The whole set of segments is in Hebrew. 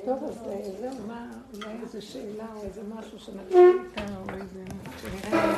טוב, אז זהו, מה, אולי איזו שאלה או איזה משהו שנתחיל איתה, או איזה, שנראה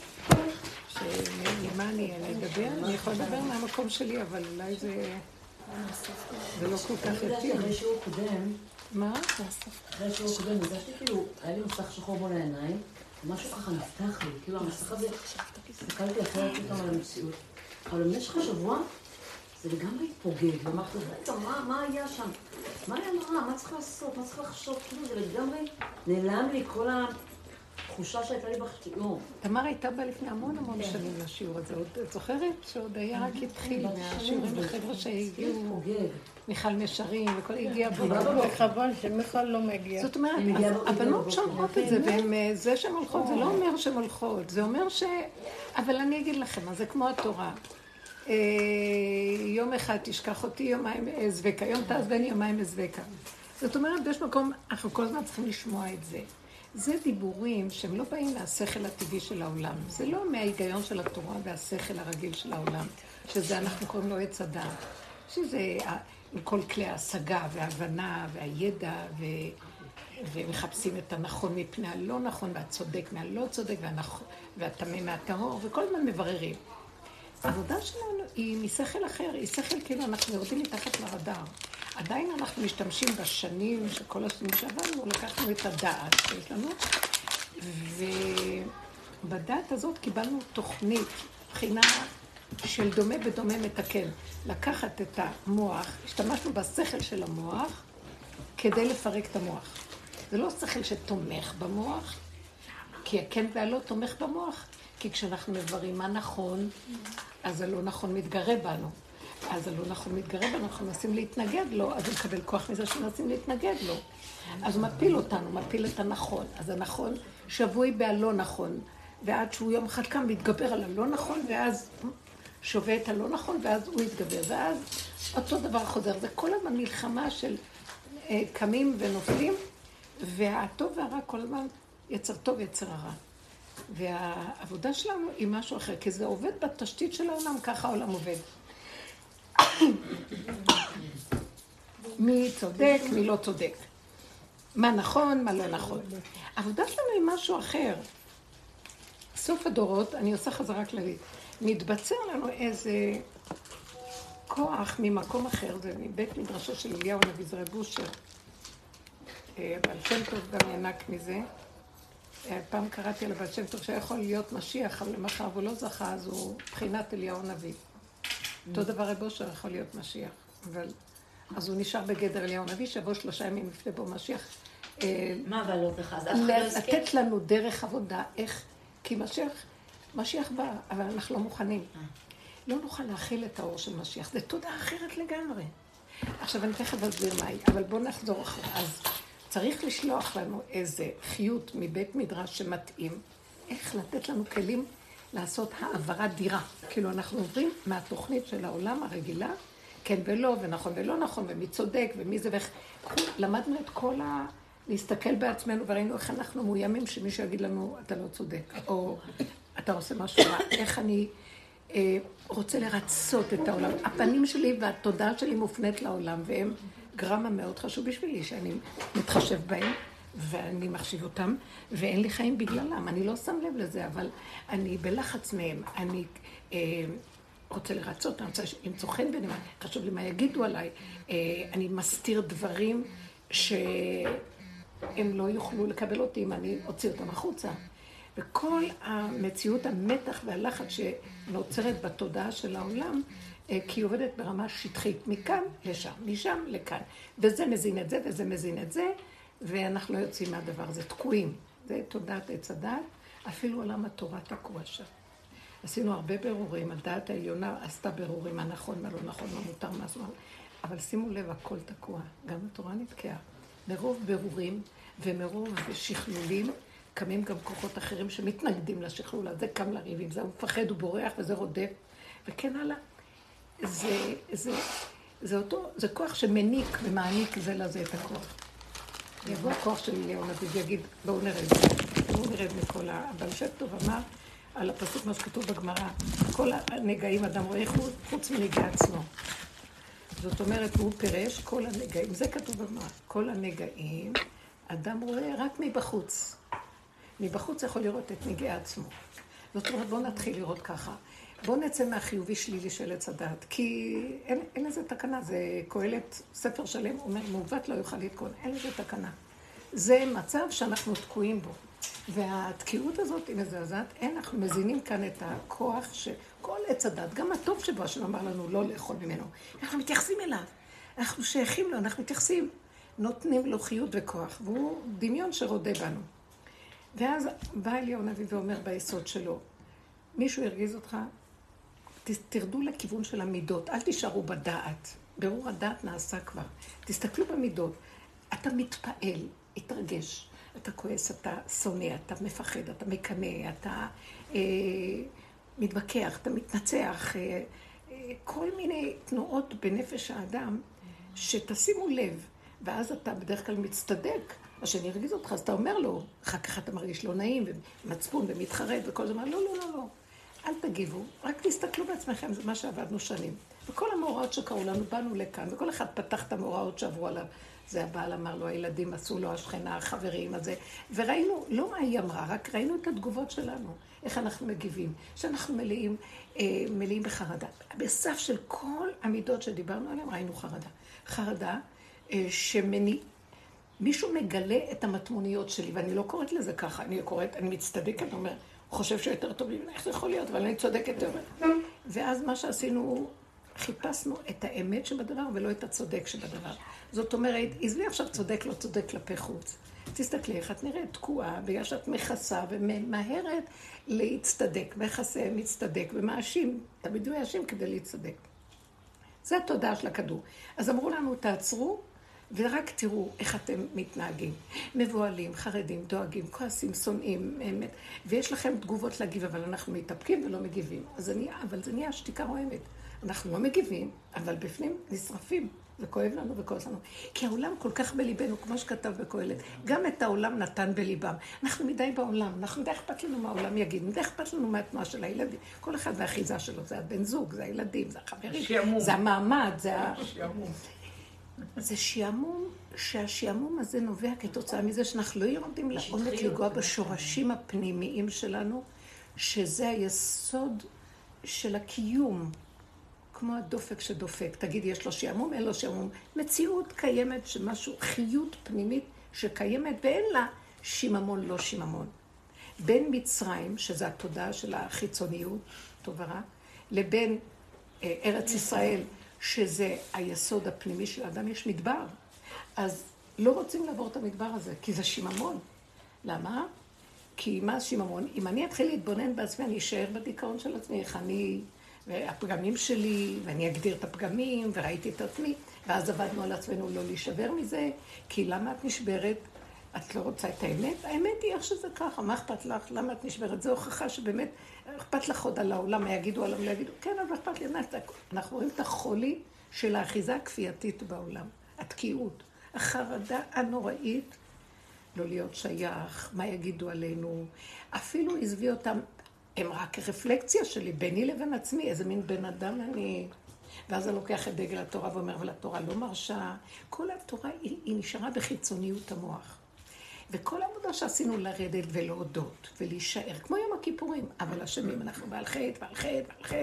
ממה אני אדבר? אני יכולה לדבר מהמקום שלי, אבל אולי זה לא כל כך יתאים. אחרי שיעור קודם, מה? אחרי שיעור קודם, נזשתי כאילו, היה לי מסך שחור מול העיניים, ומשהו ככה נפתח לי, כאילו המסך הזה, הסתכלתי אחרת פתאום על המציאות. אבל במשך השבוע, זה לגמרי התפוגג, ואמרתי, רגע, מה היה שם? מה היה נורא? מה צריך לעשות? מה צריך לחשוב? כאילו זה לגמרי נעלם לי כל התחושה שהייתה לי בשיעור. תמר הייתה בה לפני המון שנים לשיעור הזה. את זוכרת שעוד היה רק התחיל מהשיעורים לחבר'ה שהגיעו, מיכל משרים וכל הגיע בו. וחבל שמיכל לא מגיע. זאת אומרת, הבנות שומעות את זה, וזה שהן הולכות, זה לא אומר שהן הולכות, זה אומר אבל אני אגיד לכם, זה כמו התורה. יום אחד תשכח אותי, יומיים אזבקה, יום תעזבני, יומיים אזבקה. זאת אומרת, יש מקום, אנחנו כל הזמן צריכים לשמוע את זה. זה דיבורים שהם לא באים מהשכל הטבעי של העולם. זה לא מההיגיון של התורה והשכל הרגיל של העולם, שזה אנחנו קוראים לו עץ הדעת. שזה עם כל כלי ההשגה וההבנה והידע ומחפשים את הנכון מפני הלא נכון והצודק מהלא צודק והטמא מהטהור וכל הזמן מבררים. העבודה שלנו היא משכל אחר, היא שכל כאילו אנחנו יורדים מתחת לרדאר. עדיין אנחנו משתמשים בשנים, שכל השנים שעברנו, לקחנו את הדעת שיש לנו, ובדעת הזאת קיבלנו תוכנית, בחינה של דומה בדומה מתקן. לקחת את המוח, השתמשנו בשכל של המוח, כדי לפרק את המוח. זה לא שכל שתומך במוח, כי הכן והלא תומך במוח, כי כשאנחנו מבררים מה נכון, אז הלא נכון מתגרה בנו. אז הלא נכון מתגרה בנו, אנחנו מנסים להתנגד לו, אז הוא מקבל כוח מזה שמנסים להתנגד לו. אז הוא מפיל אותנו, מפיל את הנכון. אז הנכון שבוי בהלא נכון, ועד שהוא יום אחד קם מתגבר על הלא נכון, ואז שווה את הלא נכון, ואז הוא יתגבר. ואז אותו דבר חוזר. זה כל הזמן מלחמה של קמים ונופלים, והטוב והרע כל הזמן יצר טוב יצר הרע. והעבודה שלנו היא משהו אחר, כי זה עובד בתשתית של העולם, ככה העולם עובד. מי צודק, מי לא צודק. מה נכון, מה לא נכון. העבודה שלנו היא משהו אחר. סוף הדורות, אני עושה חזרה כללית, מתבצר לנו איזה כוח ממקום אחר, זה מבית מדרשו של אליהו הנביא זרע בושר. אבל שם טוב גם ינק מזה. פעם קראתי על הבעל שם טוב שיכול להיות משיח, אבל למחר הוא לא זכה, אז הוא בחינת אליהו נביא. אותו דבר רב אושר יכול להיות משיח. אז הוא נשאר בגדר אליהו נביא, שבו 3 ימים לפני בו משיח. מה אבל לא ככה? לתת לנו דרך עבודה, איך, כי משיח בא, אבל אנחנו לא מוכנים. לא נוכל להכיל את האור של משיח, זה תודה אחרת לגמרי. עכשיו אני תכף אסביר מהי, אבל בואו נחזור אחרי. אז צריך לשלוח לנו איזה חיות מבית מדרש שמתאים, איך לתת לנו כלים לעשות העברת דירה. כאילו אנחנו עוברים מהתוכנית של העולם הרגילה, כן ולא, ונכון ולא נכון, ומי צודק, ומי זה ואיך. למדנו את כל להסתכל בעצמנו, וראינו איך אנחנו מאוימים שמישהו יגיד לנו, אתה לא צודק, או אתה עושה משהו רע. איך אני רוצה לרצות את העולם. הפנים שלי והתודעה שלי מופנית לעולם, והם גרמה מאוד חשוב בשבילי, שאני מתחשב בהם, ואני מחשיב אותם, ואין לי חיים בגללם. אני לא שם לב לזה, אבל אני בלחץ מהם. אני רוצה לרצות, אני רוצה למצוא חן ביניהם, חשוב לי מה יגידו עליי. אני מסתיר דברים שהם לא יוכלו לקבל אותי אם אני אוציא אותם החוצה. וכל המציאות, המתח והלחץ שנוצרת בתודעה של העולם, כי היא עובדת ברמה שטחית, מכאן לשם, משם לכאן. וזה מזין את זה, וזה מזין את זה, ואנחנו לא יוצאים מהדבר הזה, תקועים. זה תודעת עץ הדעת, אפילו עולם התורה תקוע שם. עשינו הרבה בירורים, הדעת העליונה עשתה בירורים, מה נכון, מה לא נכון, מה מותר, מה זמן. אבל שימו לב, הכל תקוע, גם התורה נתקעה. מרוב בירורים ומרוב שכלולים, קמים גם כוחות אחרים שמתנגדים לשכלול הזה, קם לריבים, זה הוא מפחד, הוא בורח וזה רודף, וכן הלאה. זה כוח שמניק ומעניק זה לזה את הכוח. יבוא הכוח של אליהו הנביא ויגיד, בואו נרד מכל הבעל שם טוב אמר על הפסוק מה שכתוב בגמרא, כל הנגעים אדם רואה חוץ מנגע עצמו. זאת אומרת, הוא פירש כל הנגעים, זה כתוב במה, כל הנגעים, אדם רואה רק מבחוץ. מבחוץ יכול לראות את נגעי עצמו. זאת אומרת, בואו נתחיל לראות ככה. בואו נצא מהחיובי שלילי של עץ הדעת, כי אין לזה תקנה, זה קהלת ספר שלם, אומר, מעוות לא יוכל לתקון, אין לזה תקנה. זה מצב שאנחנו תקועים בו. והתקיעות הזאת היא מזעזעת, אנחנו מזינים כאן את הכוח שכל עץ הדת, גם הטוב שבו השם אמר לנו לא לאכול ממנו, אנחנו מתייחסים אליו, אנחנו שייכים לו, אנחנו מתייחסים, נותנים לו חיות וכוח, והוא דמיון שרודה בנו. ואז בא אליהו הנביא ואומר ביסוד שלו, מישהו הרגיז אותך, תרדו לכיוון של המידות, אל תישארו בדעת, ברור הדעת נעשה כבר, תסתכלו במידות, אתה מתפעל, התרגש, אתה כועס, אתה שונא, אתה מפחד, אתה מקנא, אתה מתווכח, אתה מתנצח, כל מיני תנועות בנפש האדם שתשימו לב, ואז אתה בדרך כלל מצטדק, אז שאני ארגיז אותך, אז אתה אומר לו, אחר כך אתה מרגיש לא נעים ומצפון ומתחרט וכל זה, לא, לא, לא, לא, אל תגיבו, רק תסתכלו בעצמכם, זה מה שעבדנו שנים. וכל המאורעות שקראו לנו, באנו לכאן, וכל אחד פתח את המאורעות שעברו עליו. זה הבעל אמר לו, הילדים עשו לו, השכנה, החברים הזה. וראינו, לא מה היא אמרה, רק ראינו את התגובות שלנו. איך אנחנו מגיבים. שאנחנו מלאים בחרדה. בסף של כל המידות שדיברנו עליהן, ראינו חרדה. חרדה מישהו מגלה את המטמוניות שלי, ואני לא קוראת לזה ככה, אני מצטדקת, אני אומר, הוא חושב שיותר טוב לי, איך זה יכול להיות, אבל אני צודקת יותר. ואז מה שעשינו, חיפשנו את האמת שבדבר ולא את הצודק שבדבר. זאת אומרת, עזבי עכשיו צודק, לא צודק כלפי חוץ. תסתכלי איך את נראית תקועה, בגלל שאת מכסה וממהרת להצטדק, מכסה, מצטדק ומאשים, תמיד הוא יאשים כדי להצטדק. זה התודעה של הכדור. אז אמרו לנו, תעצרו, ורק תראו איך אתם מתנהגים. מבועלים, חרדים, דואגים, כועסים, שונאים, ויש לכם תגובות להגיב, אבל אנחנו מתאפקים ולא מגיבים. אבל זה נהיה שתיקה רועמת. אנחנו לא מגיבים, אבל בפנים נשרפים, וכואב לנו וכועס לנו. כי העולם כל כך בליבנו, כמו שכתב בקהלת, גם את העולם נתן בליבם. אנחנו מדי בעולם, אנחנו מדי אכפת לנו מה העולם יגיד, מדי אכפת לנו מה התנועה של הילדים. כל אחד והאחיזה שלו, זה הבן זוג, זה הילדים, זה החברים, זה המעמד, זה שיעמום, שהשיעמום הזה נובע כתוצאה מזה שאנחנו לא יודעים לעומק לגוע בשורשים הפנימיים שלנו, שזה היסוד של הקיום, כמו הדופק שדופק. תגיד, יש לו שיעמום, אין לו שיעמום. מציאות קיימת שמשהו, חיות פנימית שקיימת ואין לה שיממון, לא שיממון. בין מצרים, שזה התודעה של החיצוניות, טוב ורע, לבין ארץ ישראל, שזה היסוד הפנימי של האדם, יש מדבר. אז לא רוצים לעבור את המדבר הזה, כי זה שיממון. למה? כי מה שיממון? אם אני אתחיל להתבונן בעצמי, אני אשאר בדיכאון של עצמי, איך אני, והפגמים שלי, ואני אגדיר את הפגמים, וראיתי את עצמי, ואז עבדנו על עצמנו לא להישבר מזה, כי למה את נשברת? את לא רוצה את האמת? האמת היא איך שזה ככה, מה אכפת לך? למה את נשברת? זו הוכחה שבאמת אכפת לך עוד על העולם, מה יגידו עליו, לא יגידו, כן, אבל אכפת לי, אנחנו רואים את החולי של האחיזה הכפייתית בעולם, התקיעות, החרדה הנוראית, לא להיות שייך, מה יגידו עלינו, אפילו עזבי אותם, הם רק רפלקציה שלי, ביני לבין עצמי, איזה מין בן אדם אני, ואז אני לוקח את דגל התורה ואומר, אבל התורה לא מרשה, כל התורה היא נשארה בחיצוניות המוח. וכל העבודה שעשינו לרדת ולהודות ולהישאר, כמו יום הכיפורים, אבל השמים אנחנו בעל חטא, בעל חטא, בעל חטא.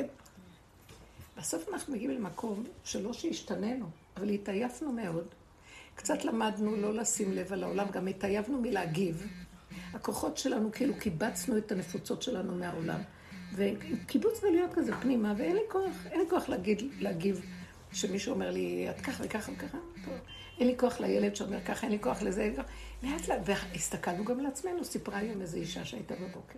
בסוף אנחנו מגיעים למקום שלא שהשתננו, אבל התעייפנו מאוד. קצת למדנו לא לשים לב על העולם, גם התעייפנו מלהגיב. הכוחות שלנו כאילו קיבצנו את הנפוצות שלנו מהעולם. וקיבוץ זה להיות כזה פנימה, ואין לי כוח להגיב שמישהו אומר לי, את כך וכך וככה, טוב. אין לי כוח לילד שאומר ככה, אין לי כוח לזה, לאט לאט, והסתכלנו גם על עצמנו, סיפרה היום איזו אישה שהייתה בבוקר.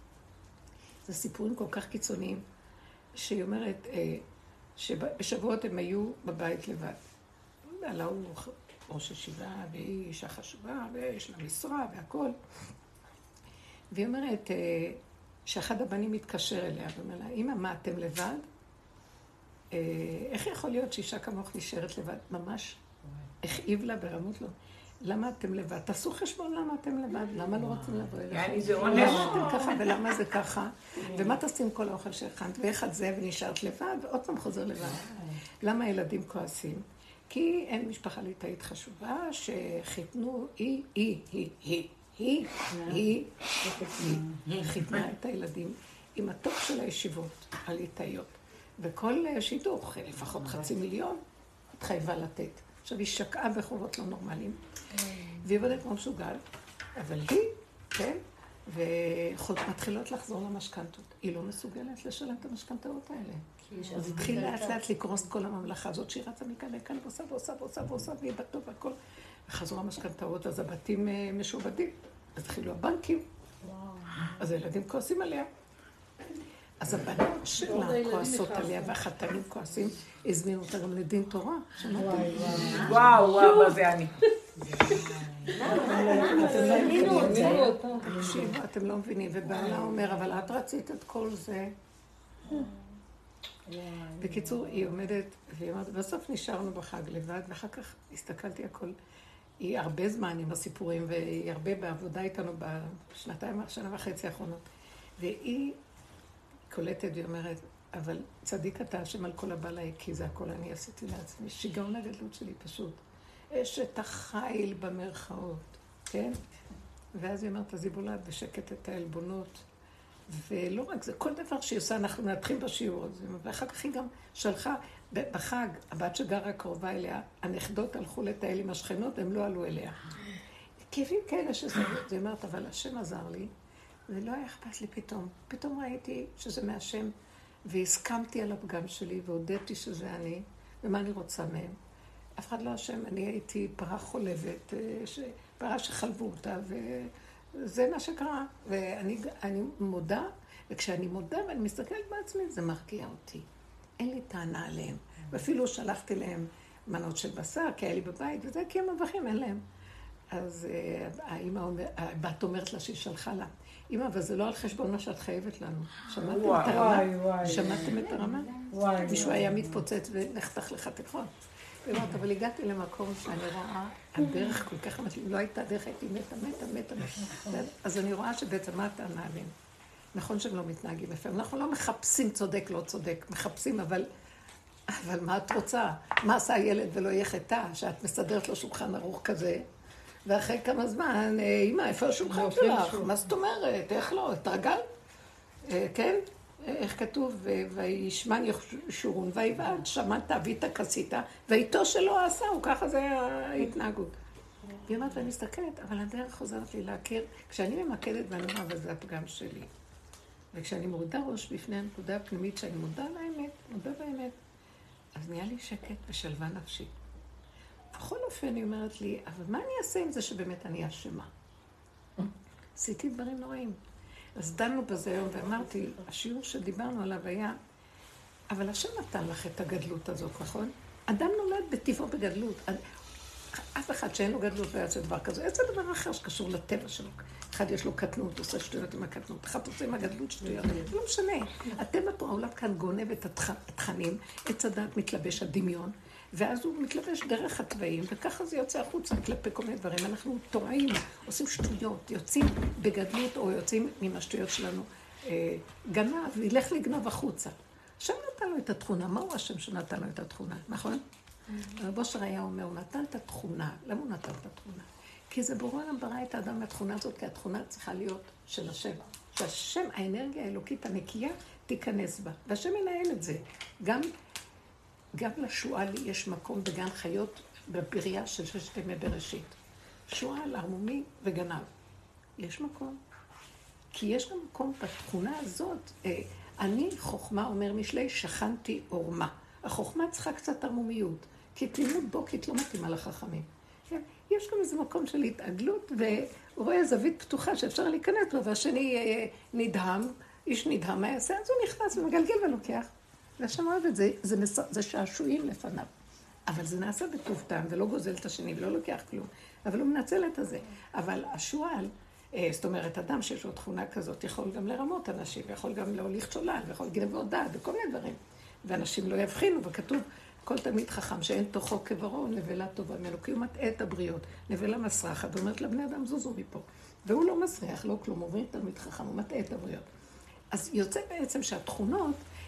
זה סיפורים כל כך קיצוניים, שהיא אומרת שבשבועות הם היו בבית לבד. בעלה הוא ראש ישיבה, והיא אישה חשובה, ויש לה משרה והכל. והיא אומרת שאחד הבנים מתקשר אליה, ואומר לה, אמא, מה, אתם לבד? איך יכול להיות שאישה כמוך נשארת לבד? ממש הכאיב לה ברמות לו. למה אתם לבד? תעשו חשבון למה אתם לבד, למה לא רוצים לבוא אליכם? למה אתם ככה ולמה זה ככה? ומה תעשי עם כל האוכל שהכנת? ואיך את זה ונשארת לבד, ועוד פעם חוזר לבד. למה הילדים כועסים? כי אין משפחה ליטאית חשובה שחיתנו, היא חיתנה את הילדים עם הטוב של הישיבות הליטאיות. וכל שידוך, לפחות 500,000, התחייבה לתת. עכשיו היא שקעה בחובות לא נורמליים, והיא עובדת כמו משוגל, אבל היא, כן, ומתחילות לחזור למשכנתות. היא לא מסוגלת לשלם את המשכנתאות האלה. אז התחיל לאט לאט לקרוס את כל הממלכה הזאת, שהיא רצה מכאן לכאן, ועושה, והיא בטוב והכל. וחזרו המשכנתאות, אז הבתים משובדים. אז התחילו הבנקים. אז הילדים כועסים עליה. אז הבנות שלה כועסות עליה, והחתנים כועסים, הזמינו אותה גם לדין תורה. שמעתם? וואו, מה זה אני? אתם לא מבינים, ובעלה אומר, אבל את רצית את כל זה. בקיצור, היא עומדת, והיא אומרת, בסוף נשארנו בחג לבד, ואחר כך הסתכלתי הכל. היא הרבה זמן עם הסיפורים, והיא הרבה בעבודה איתנו שנה וחצי האחרונות. והיא קולטת ואומרת, אבל צדיק אתה השם על כל הבעלה, כי זה הכל אני עשיתי לעצמי. שיגעון הגדלות שלי פשוט. אשת החיל במרכאות, כן? ואז היא אומרת, אז היא בולעת בשקט את העלבונות. ולא רק זה, כל דבר שהיא עושה, אנחנו נתחיל בשיעור הזה. ואחר כך היא גם שלחה, בחג, הבת שגרה קרובה אליה, הנכדות הלכו לטייל עם השכנות, הם לא עלו אליה. כאבים כאלה שזה, היא אומרת, אבל השם עזר לי, ולא היה אכפת לי פתאום. פתאום ראיתי שזה מהשם, והסכמתי על הפגם שלי, והודיתי שזה אני, ומה אני רוצה מהם. אף אחד לא השם, אני הייתי פרה חולבת, פרה שחלבו אותה, וזה מה שקרה. ואני מודה, וכשאני מודה ואני מסתכלת בעצמי, זה מרגיע אותי. אין לי טענה עליהם. ואפילו שלחתי להם מנות של בשר, כי היה לי בבית, וזה כי הם מבחים, אין להם. אז הבת אומרת לה שהיא שלחה לה. אמא, אבל זה לא על חשבון מה שאת חייבת לנו. שמעתם את הרמה? שמעתם את הרמה? מישהו היה מתפוצץ ונחתך לך תקחות. ואומרת, אבל הגעתי למקום שאני רואה, הדרך כל כך מתאים, לא הייתה דרך, הייתי מתה. אז אני רואה שבעצם מה הטענה עליהם? נכון שהם לא מתנהגים יפה. אנחנו לא מחפשים צודק, לא צודק. מחפשים, אבל מה את רוצה? מה עשה הילד ולא יהיה חטא? שאת מסדרת לו שולחן ערוך כזה, ואחרי כמה זמן, אמא, איפה השולחן שלך? מה זאת אומרת? איך לא? התרגל? כן? איך כתוב? וישמן ישורון, ויבעד, שמעת, אבית, כסית, ואיתו שלא עשה, הוא ככה זה ההתנהגות. היא אומרת, ואני מסתכלת, אבל הדרך חוזרת לי להכיר, כשאני ממקדת ואני אומר, אבל זה הפגם שלי. וכשאני מורדה ראש בפני הנקודה הפנימית, שאני מודה באמת, אז נהיה לי שקט ושלווה נפשית. בכל אופן היא אומרת לי, אבל מה אני אעשה עם זה שבאמת אני אשמה? עשיתי דברים נוראים. אז דנו בזה היום ואמרתי, השיעור שדיברנו עליו היה, אבל השם נתן לך את הגדלות הזאת, נכון? אדם נולד בטבעו בגדלות. אף אחד שאין לו גדלות לא יעשה דבר כזה. איזה דבר אחר שקשור לטבע שלו. אחד יש לו קטנות, עושה שטויות עם הקטנות. אחד עושה עם הגדלות שטויות. לא משנה. הטבע פה, העולם כאן גונב את התכנים, עץ הדעת מתלבש הדמיון, ואז הוא מתלבש דרך הטבעים, וככה זה יוצא החוצה כלפי כל מיני דברים. אנחנו טועים, עושים שטויות, יוצאים בגדלות או יוצאים מהשטויות שלנו. גנב, ילך לגנוב החוצה. השם נתן לו את התכונה. מהו השם שנתן לו את התכונה, נכון? רב אושר היה אומר, הוא נתן את התכונה. למה הוא נתן את התכונה? כי זה בורא עולם ברא את האדם מהתכונה הזאת, כי התכונה צריכה להיות של השם. שהשם, האנרגיה האלוקית הנקייה, תיכנס בה. והשם ינהל את זה. גם לשועל יש מקום בגן חיות בבריאה של 6 ימי בראשית. שועל, ערמומי וגנב. יש מקום. כי יש גם מקום בתכונה הזאת. אני, חוכמה, אומר משלי, שכנתי עורמה. החוכמה צריכה קצת ערמומיות. כי תלימוד בוקית לא מתאימה לחכמים. יש גם איזה מקום של התעגלות, והוא רואה זווית פתוחה שאפשר להיכנס לו, והשני נדהם, איש נדהם, מה יעשה? אז הוא נכנס ומגלגל ולוקח. והשם אוהב את זה, זה שעשועים לפניו. אבל זה נעשה בטוב טעם, ולא גוזל את השני, ולא לוקח כלום. אבל הוא מנצל את זה. אבל השועל, זאת אומרת, אדם שיש לו תכונה כזאת, יכול גם לרמות אנשים, ויכול גם להוליך שולל, ויכול גנבות דעת, וכל מיני דברים. ואנשים לא יבחינו, וכתוב, כל תלמיד חכם שאין תוכו כברו, נבלה טובה ממנו, כי הוא מטעה את הבריות. נבלה מסרחת, ואומרת לבני אדם, זוזו מפה. והוא לא מסריח, לא כלום, הוא תלמיד חכם, הוא מטעה את הבריות. אז יוצא בעצם שהתכונות,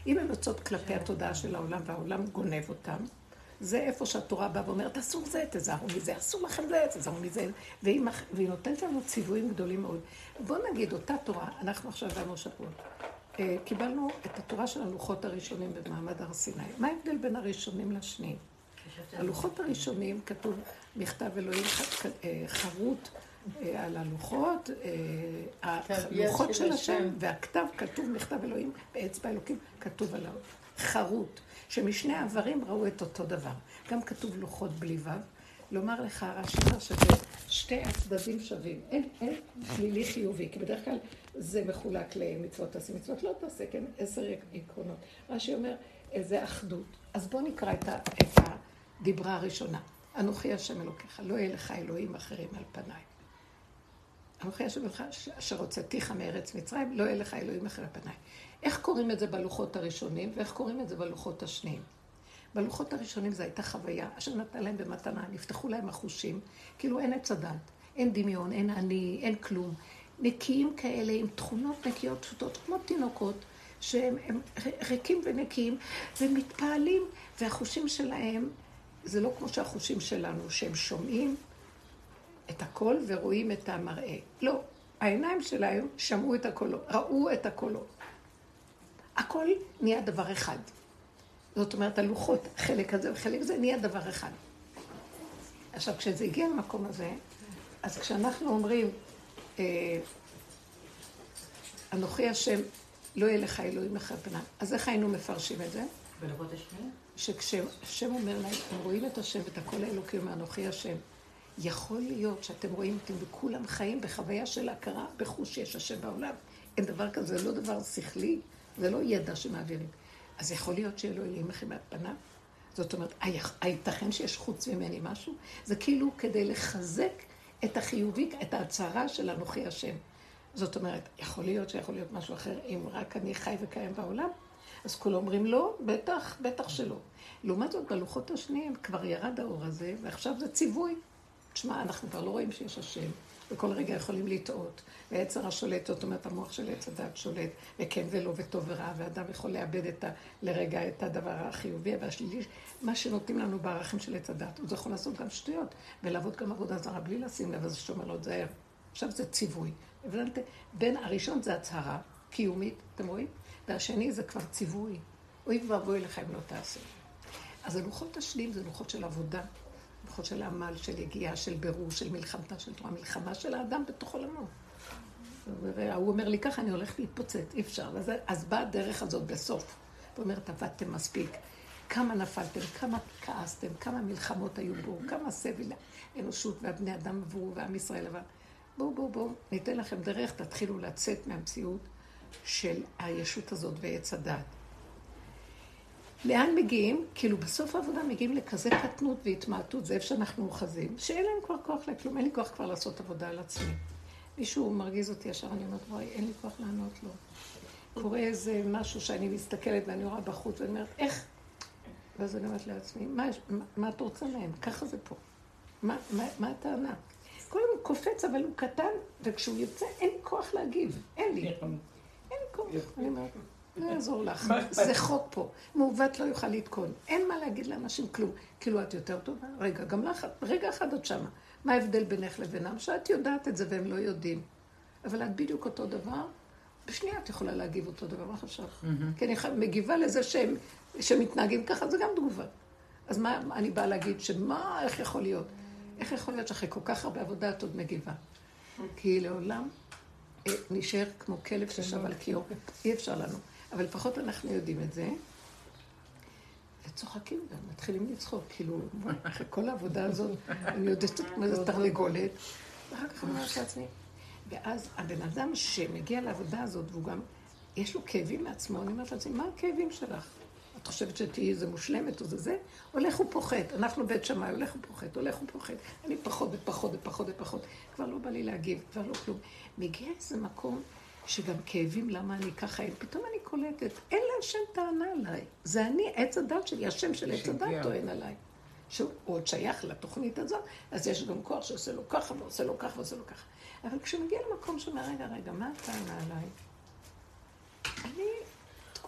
אם הן יוצאות כלפי התודעה של העולם והעולם גונב אותם, זה איפה שהתורה באה ואומרת, אסור זה, תזהרו מזה, אסור לכם זה, תזהרו מזה, והיא נותנת לנו ציוויים גדולים מאוד. בואו נגיד, אותה תורה, אנחנו עכשיו באנו שבועות, קיבלנו את התורה של הלוחות הראשונים במעמד הר סיני. מה ההבדל בין הראשונים לשניים? הלוחות הראשונים כתוב מכתב אלוהים חרוט על הלוחות, הלוחות של השם, והכתב כתוב מכתב אלוהים, באצבע אלוקים כתוב עליו, חרוט, שמשני העברים ראו את אותו דבר. גם כתוב לוחות בלי וו, לומר לך הרש"י שווה, שתי הצדדים שווים, אין שלילי חיובי, כי בדרך כלל זה מחולק למצוות, תעשי מצוות לא תעשה, כן, 10 עקרונות. רש"י אומר, זה אחדות. אז בואו נקרא את הדיברה הראשונה. אנוכי השם אלוקיך, לא יהיה לך אלוהים אחרים על פניי. אנוכי השם אלוקיך, אשר הוצאתיך מארץ מצרים, לא יהיה לך אלוהים אחר על פניי. איך קוראים את זה בלוחות הראשונים, ואיך קוראים את זה בלוחות השניים? בלוחות הראשונים זו הייתה חוויה, אשר נתנה להם במתנה, נפתחו להם החושים, כאילו אין עץ הדת, אין דמיון, אין אני, אין כלום. נקיים כאלה, עם תכונות נקיות פשוטות, כמו תינוקות, שהם ריקים ונקיים, ומתפעלים, והחושים שלהם, זה לא כמו שהחושים שלנו, שהם שומעים את הכל ורואים את המראה. לא, העיניים שלהם שמעו את הקולות, ראו את הקולות. הכל נהיה דבר אחד. זאת אומרת, הלוחות, חלק הזה וחלק זה, נהיה דבר אחד. עכשיו, כשזה הגיע למקום הזה, אז כשאנחנו אומרים, אנוכי השם, לא יהיה לך אלוהים אחר פניו, אז איך היינו מפרשים את זה? בלוחות השניים? שכשהשם אומר להם, הם רואים את השם ואת הכל האלוקים מאנוכי השם, יכול להיות שאתם רואים אותם וכולם חיים בחוויה של הכרה, בחוש שיש השם בעולם. אין דבר כזה, זה לא דבר שכלי, זה לא ידע שמעבירים. אז יכול להיות שיהיה לו אלוהים אחרים על פניו? זאת אומרת, הייתכן שיש חוץ ממני משהו? זה כאילו כדי לחזק את החיובי, את ההצהרה של אנוכי השם. זאת אומרת, יכול להיות שיכול להיות משהו אחר, אם רק אני חי וקיים בעולם? אז כולם אומרים לא, בטח, בטח שלא. לעומת זאת, בלוחות השניים כבר ירד האור הזה, ועכשיו זה ציווי. תשמע, אנחנו כבר לא רואים שיש השם, וכל רגע יכולים לטעות. והיצר השולט, זאת אומרת, המוח של עץ הדעת שולט, וכן ולא וטוב ורע, ואדם יכול לאבד לרגע את הדבר החיובי והשלילי, מה שנותנים לנו בערכים של עץ הדעת. הוא יכול לעשות גם שטויות, ולעבוד גם עבודה זרה בלי לשים לב, אז שאומר לו, זה עכשיו זה ציווי. בין הראשון זה הצהרה קיומית, אתם רואים? והשני זה כבר ציווי. אוי ואבוי לך אם לא תעשה. אז הלוחות השניים זה לוחות של עבודה, לוחות של עמל, של יגיעה, של בירור, של מלחמתה, של תורה, מלחמה של האדם בתוך עולמו. הוא אומר לי ככה, אני הולכת להתפוצץ, אי אפשר. אז באה הדרך הזאת בסוף. הוא אומר, עבדתם מספיק. כמה נפלתם, כמה כעסתם, כמה מלחמות היו בו, כמה סבל האנושות והבני אדם עברו ועם ישראל עבר. בואו, ניתן לכם דרך, תתחילו לצאת מהמציאות של הישות הזאת ועץ הדעת. לאן מגיעים? כאילו בסוף העבודה מגיעים לכזה קטנות והתמעטות, זה איפה שאנחנו אוחזים, שאין להם כבר כוח לכלום, אין לי כוח כבר לעשות עבודה על עצמי. מישהו מרגיז אותי ישר, אני אומרת, וואי, אין לי כוח לענות לו. קורה איזה משהו שאני מסתכלת ואני רואה בחוץ ואני אומרת, איך? ואז אני אומרת לעצמי, מה את רוצה מהם? ככה זה פה. מה הטענה? כל הזמן קופץ, אבל הוא קטן, וכשהוא יוצא, אין לי כוח להגיב. אין לי כוח. אני אומרת, לא יעזור לך. זה חוק פה. מעוות לא יוכל לתקון. אין מה להגיד לאנשים כלום. כאילו את יותר טובה? רגע, גם לך, רגע אחד את שמה. מה ההבדל בינך לבינם? שאת יודעת את זה והם לא יודעים. אבל את בדיוק אותו דבר, בשנייה את יכולה להגיב אותו דבר, מה חשב? כי אני מגיבה לזה שהם מתנהגים ככה, זה גם תגובה. אז מה אני באה להגיד שמה, איך יכול להיות? איך יכול להיות שאחרי כל כך הרבה עבודה את עוד מגיבה? כי לעולם נשאר כמו כלב ששב על קיור. אי אפשר לנו. אבל לפחות אנחנו יודעים את זה. וצוחקים גם, מתחילים לצחוק. כאילו, אחרי כל העבודה הזאת, אני יודעת מה זה תרנגולת. ואחר כך אני אומרת לעצמי. ואז הבן אדם שמגיע לעבודה הזאת, והוא גם, יש לו כאבים מעצמו, אני אומרת לעצמי, מה הכאבים שלך? את חושבת שתהיי איזה מושלמת או זה? הולך ופוחת. אנחנו בית שמאי, הולך ופוחת. אני פחות. כבר לא בא לי להגיב, כבר לא כלום. מגיע איזה מקום שגם כאבים למה אני ככה, פתאום אני קולטת, אין לה השם טענה עליי. זה אני, עץ הדת שלי, השם של עץ הדת טוען עליי. שהוא עוד שייך לתוכנית הזאת, אז יש גם כוח שעושה לו ככה ועושה לו ככה ועושה לו ככה. אבל כשמגיע למקום שאומר, רגע, מה הטענה עליי? אני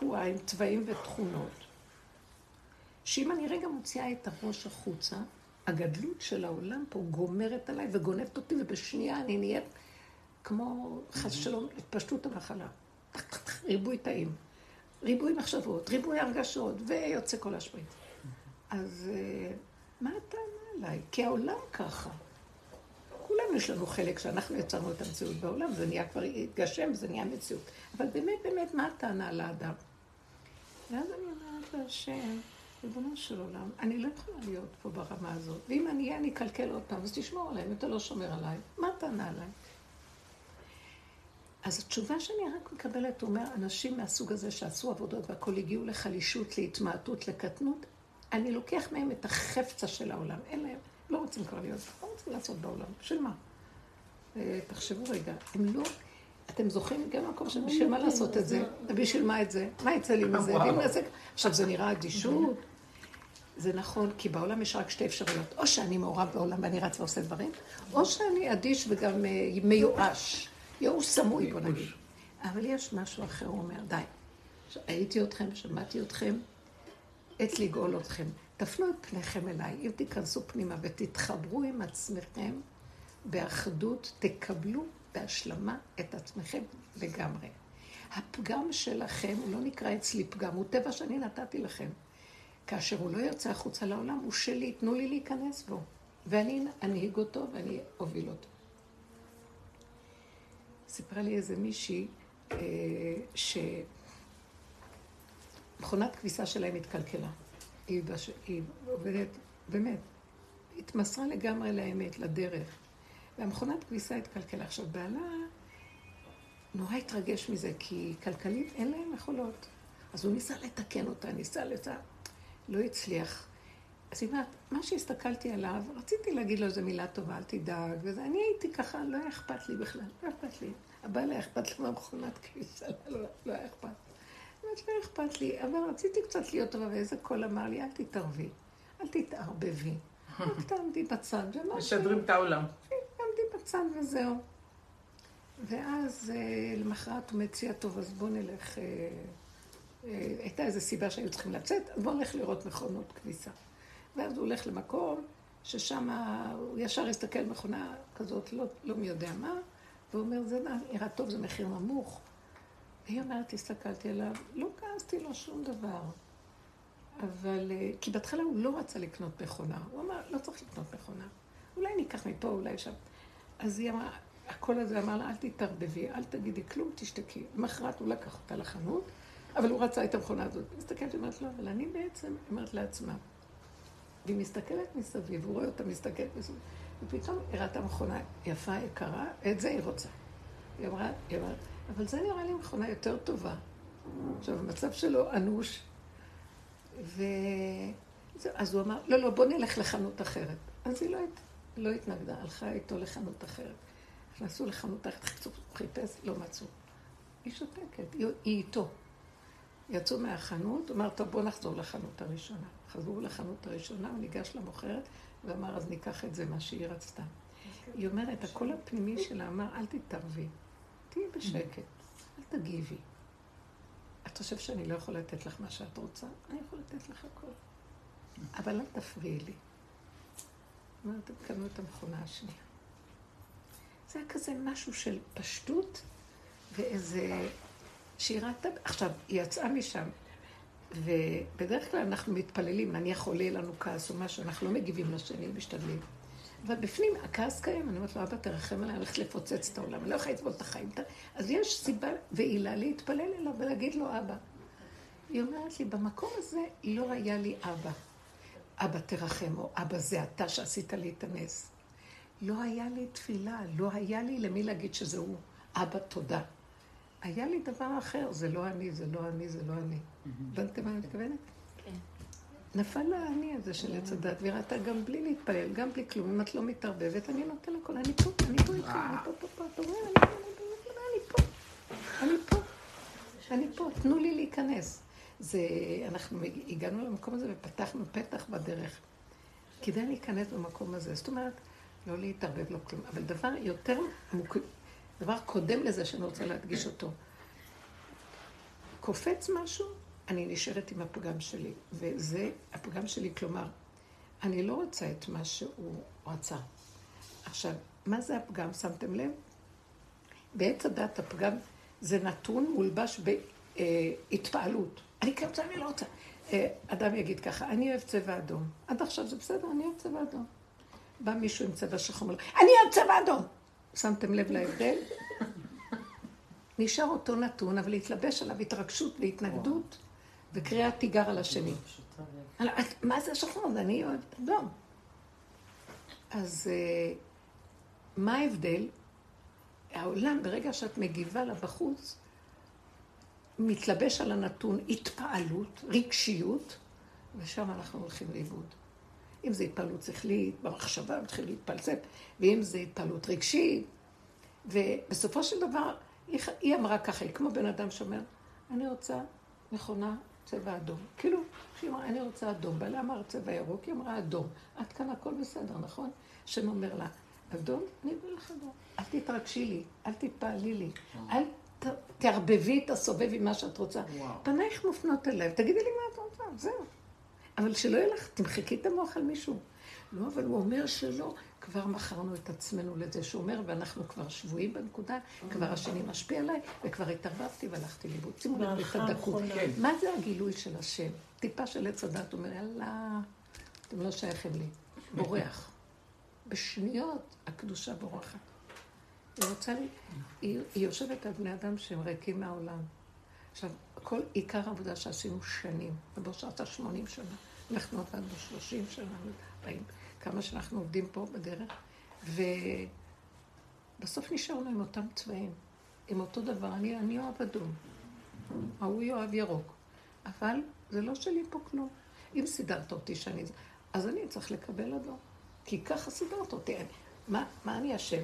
תקוע עם צבעים ותכונות, שאם אני רגע מוציאה את הראש החוצה, הגדלות של העולם פה גומרת עליי וגונבת אותי, ובשנייה אני נהיית כמו חס שלום, התפשטות המחלה. ריבוי תאים, ריבוי מחשבות, ריבוי הרגשות, ויוצא כל השפעים. אז מה הטענה עליי? כי העולם ככה. כולנו יש לנו חלק שאנחנו יצרנו את המציאות בעולם, זה נהיה כבר התגשם, זה נהיה מציאות. אבל באמת, באמת, מה הטענה על האדם? ואז אני אומרת להשם, ריבונו של עולם, אני לא יכולה להיות פה ברמה הזאת. ואם אני אהיה, אני אקלקל עוד פעם, אז תשמור עליי, אם אתה לא שומר עליי, מה הטענה עליי? אז התשובה שאני רק מקבלת, הוא אומר, אנשים מהסוג הזה שעשו עבודות והכל הגיעו לחלישות, להתמעטות, לקטנות, אני לוקח מהם את החפצה של העולם. אין להם, לא רוצים כבר להיות, לא רוצים לעשות בעולם. בשביל מה? תחשבו רגע, הם לא, אתם זוכרים גם מקום שבשביל מה לעשות את זה? בשביל מה את זה? מה יצא לי מזה? עכשיו זה נראה אדישות. זה נכון, כי בעולם יש רק שתי אפשרויות. או שאני מעורב בעולם ואני רץ ועושה דברים, או שאני אדיש וגם מיואש. ייאוש סמוי, בוא נגיד. אבל יש משהו אחר, הוא אומר, די. הייתי אתכם, שמעתי אתכם, עת לגאול אתכם. תפנו את פניכם אליי. אם תיכנסו פנימה ותתחברו עם עצמכם באחדות, תקבלו בהשלמה את עצמכם לגמרי. הפגם שלכם, הוא לא נקרא אצלי פגם, הוא טבע שאני נתתי לכם. כאשר הוא לא יוצא החוצה לעולם, הוא שלי, תנו לי להיכנס בו. ואני אנהיג אותו ואני אוביל אותו. סיפרה לי איזה מישהי שמכונת כביסה שלהם התקלקלה. היא עובדת, באמת, התמסרה לגמרי לאמת, לדרך. והמכונת כביסה התקלקלה. עכשיו, בעלה נורא התרגש מזה, כי כלכלית אין להם יכולות. אז הוא ניסה לתקן אותה, לא הצליח. אז היא אומרת, מה שהסתכלתי עליו, רציתי להגיד לו איזו מילה טובה, אל תדאג, וזה, אני הייתי ככה, לא היה אכפת לי בכלל, לא אכפת לי. הבעל היה אכפת לי מהמכונת כביסה, לא היה אכפת. באמת לא אכפת לי, אבל רציתי קצת להיות טובה, ואיזה קול אמר לי, אל תתערבי, אל תתערבבי. רק תעמדי בצד, ומשהו. משדרים את העולם. תעמדי בצד וזהו. ואז למחרת הוא מציע, טוב, אז בוא נלך, הייתה איזו סיבה שהיו צריכים לצאת, אז בוא נלך לראות מכונות כביסה. ואז הוא הולך למקום ששם הוא ישר הסתכל מכונה כזאת, לא מי יודע מה, והוא אומר, זה נראה טוב, זה מחיר נמוך. והיא אומרת, הסתכלתי עליו, לא כעסתי לו שום דבר. אבל, כי בהתחלה הוא לא רצה לקנות מכונה. הוא אמר, לא צריך לקנות מכונה. אולי ניקח מפה, אולי שם. אז היא אמרה, הקול הזה אמר לה, אל תתערבבי, אל תגידי כלום, תשתקי. למחרת הוא לקח אותה לחנות, אבל הוא רצה את המכונה הזאת. מסתכלת ואומרת לו, אבל אני בעצם אומרת לעצמה. והיא מסתכלת מסביב, הוא רואה אותה מסתכלת מסביב, ופתאום הראתה מכונה יפה, יקרה, את זה היא רוצה. היא אמרה, אבל זה נראה לי מכונה יותר טובה. עכשיו, המצב שלו אנוש, אז הוא אמר, לא, בוא נלך לחנות אחרת. אז היא לא התנגדה, הלכה איתו לחנות אחרת. נכנסו לחנות אחרת, חיפש, לא מצאו. היא שותקת, היא איתו. יצאו מהחנות, אמר, טוב, בוא נחזור לחנות הראשונה. חזרו לחנות הראשונה, הוא ניגש למוכרת, ואמר, אז ניקח את זה, מה שהיא רצתה. היא אומרת, הקול הפנימי שלה אמר, אל תתערבי, תהיי בשקט, אל תגיבי. את חושב שאני לא יכול לתת לך מה שאת רוצה? אני יכול לתת לך הכל. אבל אל תפריעי לי. אומרת, הם קנו את המכונה השנייה. זה היה כזה משהו של פשטות, ואיזה שירת... עכשיו, היא יצאה משם, ובדרך כלל אנחנו מתפללים, נניח עולה לנו כעס או משהו, אנחנו לא מגיבים לשני, משתדלים. אבל בפנים, הכעס קיים, אני אומרת לו, אבא, תרחם עליי, הולכת לפוצץ את העולם, אני לא יכולה לסבול את החיים. אז יש סיבה ועילה להתפלל אליו ולהגיד לו, אבא. היא אומרת לי, במקום הזה לא היה לי אבא. אבא תרחם, או אבא זה אתה שעשית לי את הנס. לא היה לי תפילה, לא היה לי למי להגיד שזה הוא. אבא, תודה. היה לי דבר אחר, זה לא אני, זה לא אני, זה לא אני. הבנתם מה אני מתכוונת? כן. נפל לה אני הזה של עץ הדת, וראתה גם בלי להתפלל, גם בלי כלום. אם את לא מתערבבת, אני נותן הכל, אני פה איתך, אני פה, אתה רואה, אני פה, תנו לי להיכנס. אנחנו הגענו למקום הזה ופתחנו פתח בדרך. כדאי להיכנס במקום הזה, זאת אומרת, לא להתערבב, לא כלום. אבל דבר קודם לזה שאני רוצה להדגיש אותו. קופץ משהו, אני נשארת עם הפגם שלי. וזה הפגם שלי, כלומר, אני לא רוצה את מה שהוא רצה. עכשיו, מה זה הפגם? שמתם לב? בעץ הדת הפגם זה נתון מולבש בהתפעלות. אני כן רוצה, אני לא רוצה. אדם יגיד ככה, אני אוהב צבע אדום. עד עכשיו זה בסדר, אני אוהב צבע אדום. בא מישהו עם צבע שחור, אני אוהב צבע אדום. שמתם לב להבדל? נשאר אותו נתון, אבל להתלבש עליו התרגשות והתנגדות וקריאת תיגר על השני. מה זה שחור? אני אוהב אדום. אז מה ההבדל? העולם, ברגע שאת מגיבה לבחוץ, מתלבש על הנתון התפעלות, רגשיות, ושם אנחנו הולכים לאיבוד. אם זה התפעלות שכלית, במחשבה מתחיל להתפלסף, ואם זה התפעלות רגשית, ובסופו של דבר, היא אמרה ככה, היא כמו בן אדם שאומר, אני רוצה מכונה צבע אדום. כאילו, היא אמרה, אני רוצה אדום. בעלה אמר צבע ירוק, היא אמרה אדום. עד כאן הכל בסדר, נכון? שם אומר לה, אדום, אני אביא לך אדום. אל תתרגשי לי, אל תתפעלי לי, אל תערבבי את הסובב עם מה שאת רוצה. פנייך מופנות אליי, תגידי לי מה את רוצה, זהו. אבל שלא יהיה לך, תמחקי את המוח על מישהו. לא, אבל הוא אומר שלא. כבר מכרנו את עצמנו לזה שהוא אומר, ואנחנו כבר שבועים בנקודה, כבר השני משפיע עליי, וכבר התערבבתי והלכתי לאיבוד. שימו לב את הדקות. מה זה הגילוי של השם? טיפה של עץ הדת, הוא אומר, יאללה, אתם לא שייכים לי. בורח. בשניות הקדושה בורחת. היא רוצה לי, היא יושבת על בני אדם שהם ריקים מהעולם. עכשיו, כל עיקר העבודה שעשינו שנים, ובשעת 80 שנה, אנחנו עבדנו 30 שנה, 40, כמה שאנחנו עובדים פה בדרך, ובסוף נשארנו עם אותם צבעים, עם אותו דבר, אני אוהב אדום, ההוא יאהב ירוק, אבל זה לא שלי פה כלום. אם סידרת אותי שאני, אז אני צריך לקבל אדום, כי ככה סידרת אותי. מה אני אשם?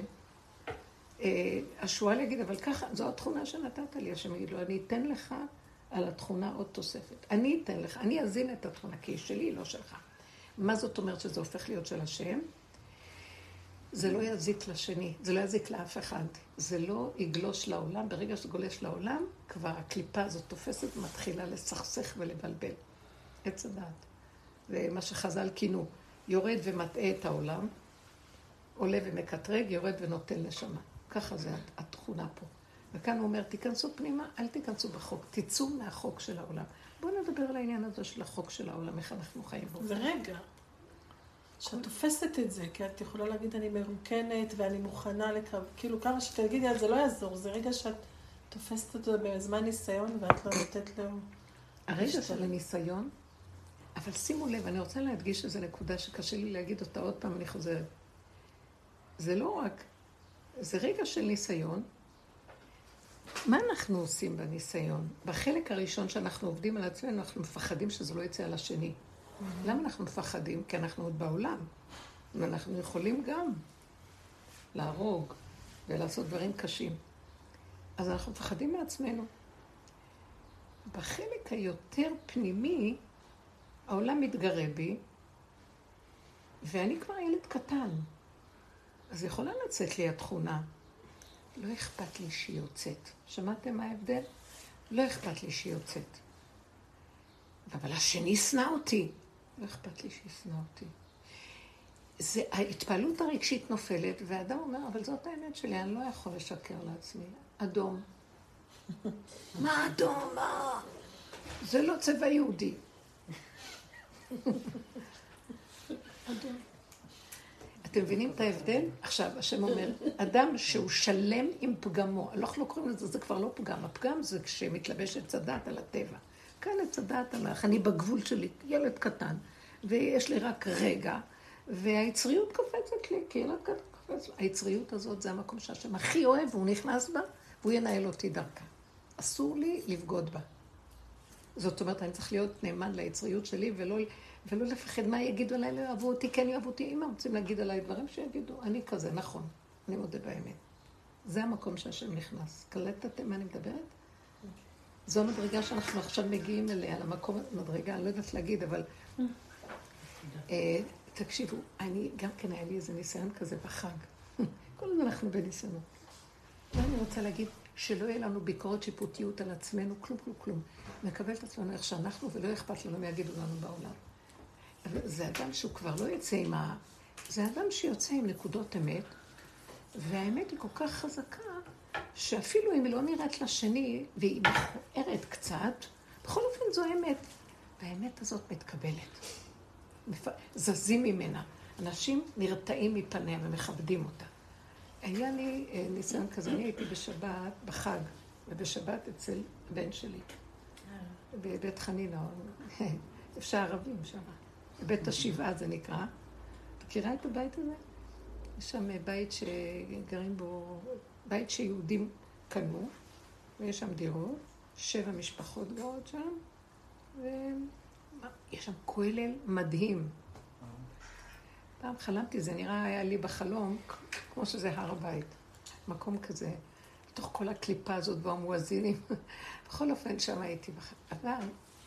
השואל יגיד, אבל ככה, זו התכונה שנתת לי, השם יגיד לו, אני אתן לך על התכונה עוד תוספת. אני אתן לך, אני אזין את התכונה, כי היא שלי, לא שלך. מה זאת אומרת שזה הופך להיות של השם? זה לא יזיק לשני, זה לא יזיק לאף אחד. זה לא יגלוש לעולם, ברגע שזה גולש לעולם, כבר הקליפה הזאת תופסת ומתחילה לסכסך ולבלבל. עץ הדעת. ומה שחז"ל כינו, יורד ומטעה את העולם, עולה ומקטרג, יורד ונותן נשמה. ככה זה התכונה פה. וכאן הוא אומר, תיכנסו פנימה, אל תיכנסו בחוק, תצאו מהחוק של העולם. בואו נדבר על העניין הזה של החוק של העולם, איך אנחנו חיים בו. זה רגע. שאת תופסת את זה, כי את יכולה להגיד, אני מרוקנת ואני מוכנה כאילו כמה שתגידי על זה לא יעזור, זה רגע שאת תופסת את זה בזמן ניסיון ואת לא נותנת לו... הרגע של הניסיון, אבל שימו לב, אני רוצה להדגיש איזו נקודה שקשה לי להגיד אותה עוד פעם, אני חוזרת. זה לא רק, זה רגע של ניסיון. מה אנחנו עושים בניסיון? בחלק הראשון שאנחנו עובדים על עצמנו, אנחנו מפחדים שזה לא יצא על השני. למה אנחנו מפחדים? כי אנחנו עוד בעולם. ואנחנו יכולים גם להרוג ולעשות דברים קשים. אז אנחנו מפחדים מעצמנו. בחלק היותר פנימי, העולם מתגרה בי, ואני כבר ילד קטן. אז יכולה לצאת לי התכונה. לא אכפת לי שהיא יוצאת. שמעתם מה ההבדל? לא אכפת לי שהיא יוצאת. אבל השני שנא אותי. לא אכפת לי שהיא שנא אותי. זה, ההתפעלות הרגשית נופלת, והאדם אומר, אבל זאת האמת שלי, אני לא יכול לשקר לעצמי. אדום. מה אדום? מה? זה לא צבע יהודי. אדום. אתם מבינים את ההבדל? עכשיו, השם אומר, אדם שהוא שלם עם פגמו, אנחנו לא קוראים לזה, זה כבר לא פגם. הפגם זה כשמתלבש עץ הדעת על הטבע. כאן עץ הדעת הלך, אני בגבול שלי, ילד קטן, ויש לי רק רגע, והיצריות קופצת לי, כי ילד קטן קופץ. היצריות הזאת זה המקום שהשם הכי אוהב, והוא נכנס בה, והוא ינהל אותי דרכה. אסור לי לבגוד בה. זאת אומרת, אני צריך להיות נאמן ליצריות שלי, ולא לפחד מה יגידו עליי, לא יאהבו אותי, כן יאהבו אותי, אם הם רוצים להגיד עליי דברים שיגידו, אני כזה, נכון, אני מודה באמת. זה המקום שהשם נכנס. קלטתם מה אני מדברת? זו המדרגה שאנחנו עכשיו מגיעים אליה, למקום המדרגה, אני לא יודעת להגיד, אבל תקשיבו, אני גם כן היה לי איזה ניסיון כזה בחג. כל הזמן אנחנו בניסיונות. ואני רוצה להגיד, שלא יהיה לנו ביקורת שיפוטיות על עצמנו, כלום, כלום, כלום. נקבל את עצמנו איך שאנחנו, ולא אכפת לנו מה יגידו לנו בעולם. זה אדם שהוא כבר לא יוצא עם זה אדם שיוצא עם נקודות אמת, והאמת היא כל כך חזקה, שאפילו אם היא לא נראית לשני, והיא מכוערת קצת, בכל אופן זו האמת. והאמת הזאת מתקבלת. זזים ממנה. אנשים נרתעים מפניה ומכבדים אותה. היה לי ניסיון כזה, אני הייתי בשבת, בחג, ובשבת אצל בן שלי, בבית חנינה, אפשר ערבים שם, בבית השבעה זה נקרא. מכירה את הבית הזה? יש שם בית שגרים בו, בית שיהודים קנו, ויש שם דירות, 7 משפחות גרות שם, ויש שם כולל מדהים. פעם חלמתי, זה נראה היה לי בחלום, כמו שזה הר הבית. מקום כזה, בתוך כל הקליפה הזאת והמואזינים. בכל אופן, שם הייתי אבל,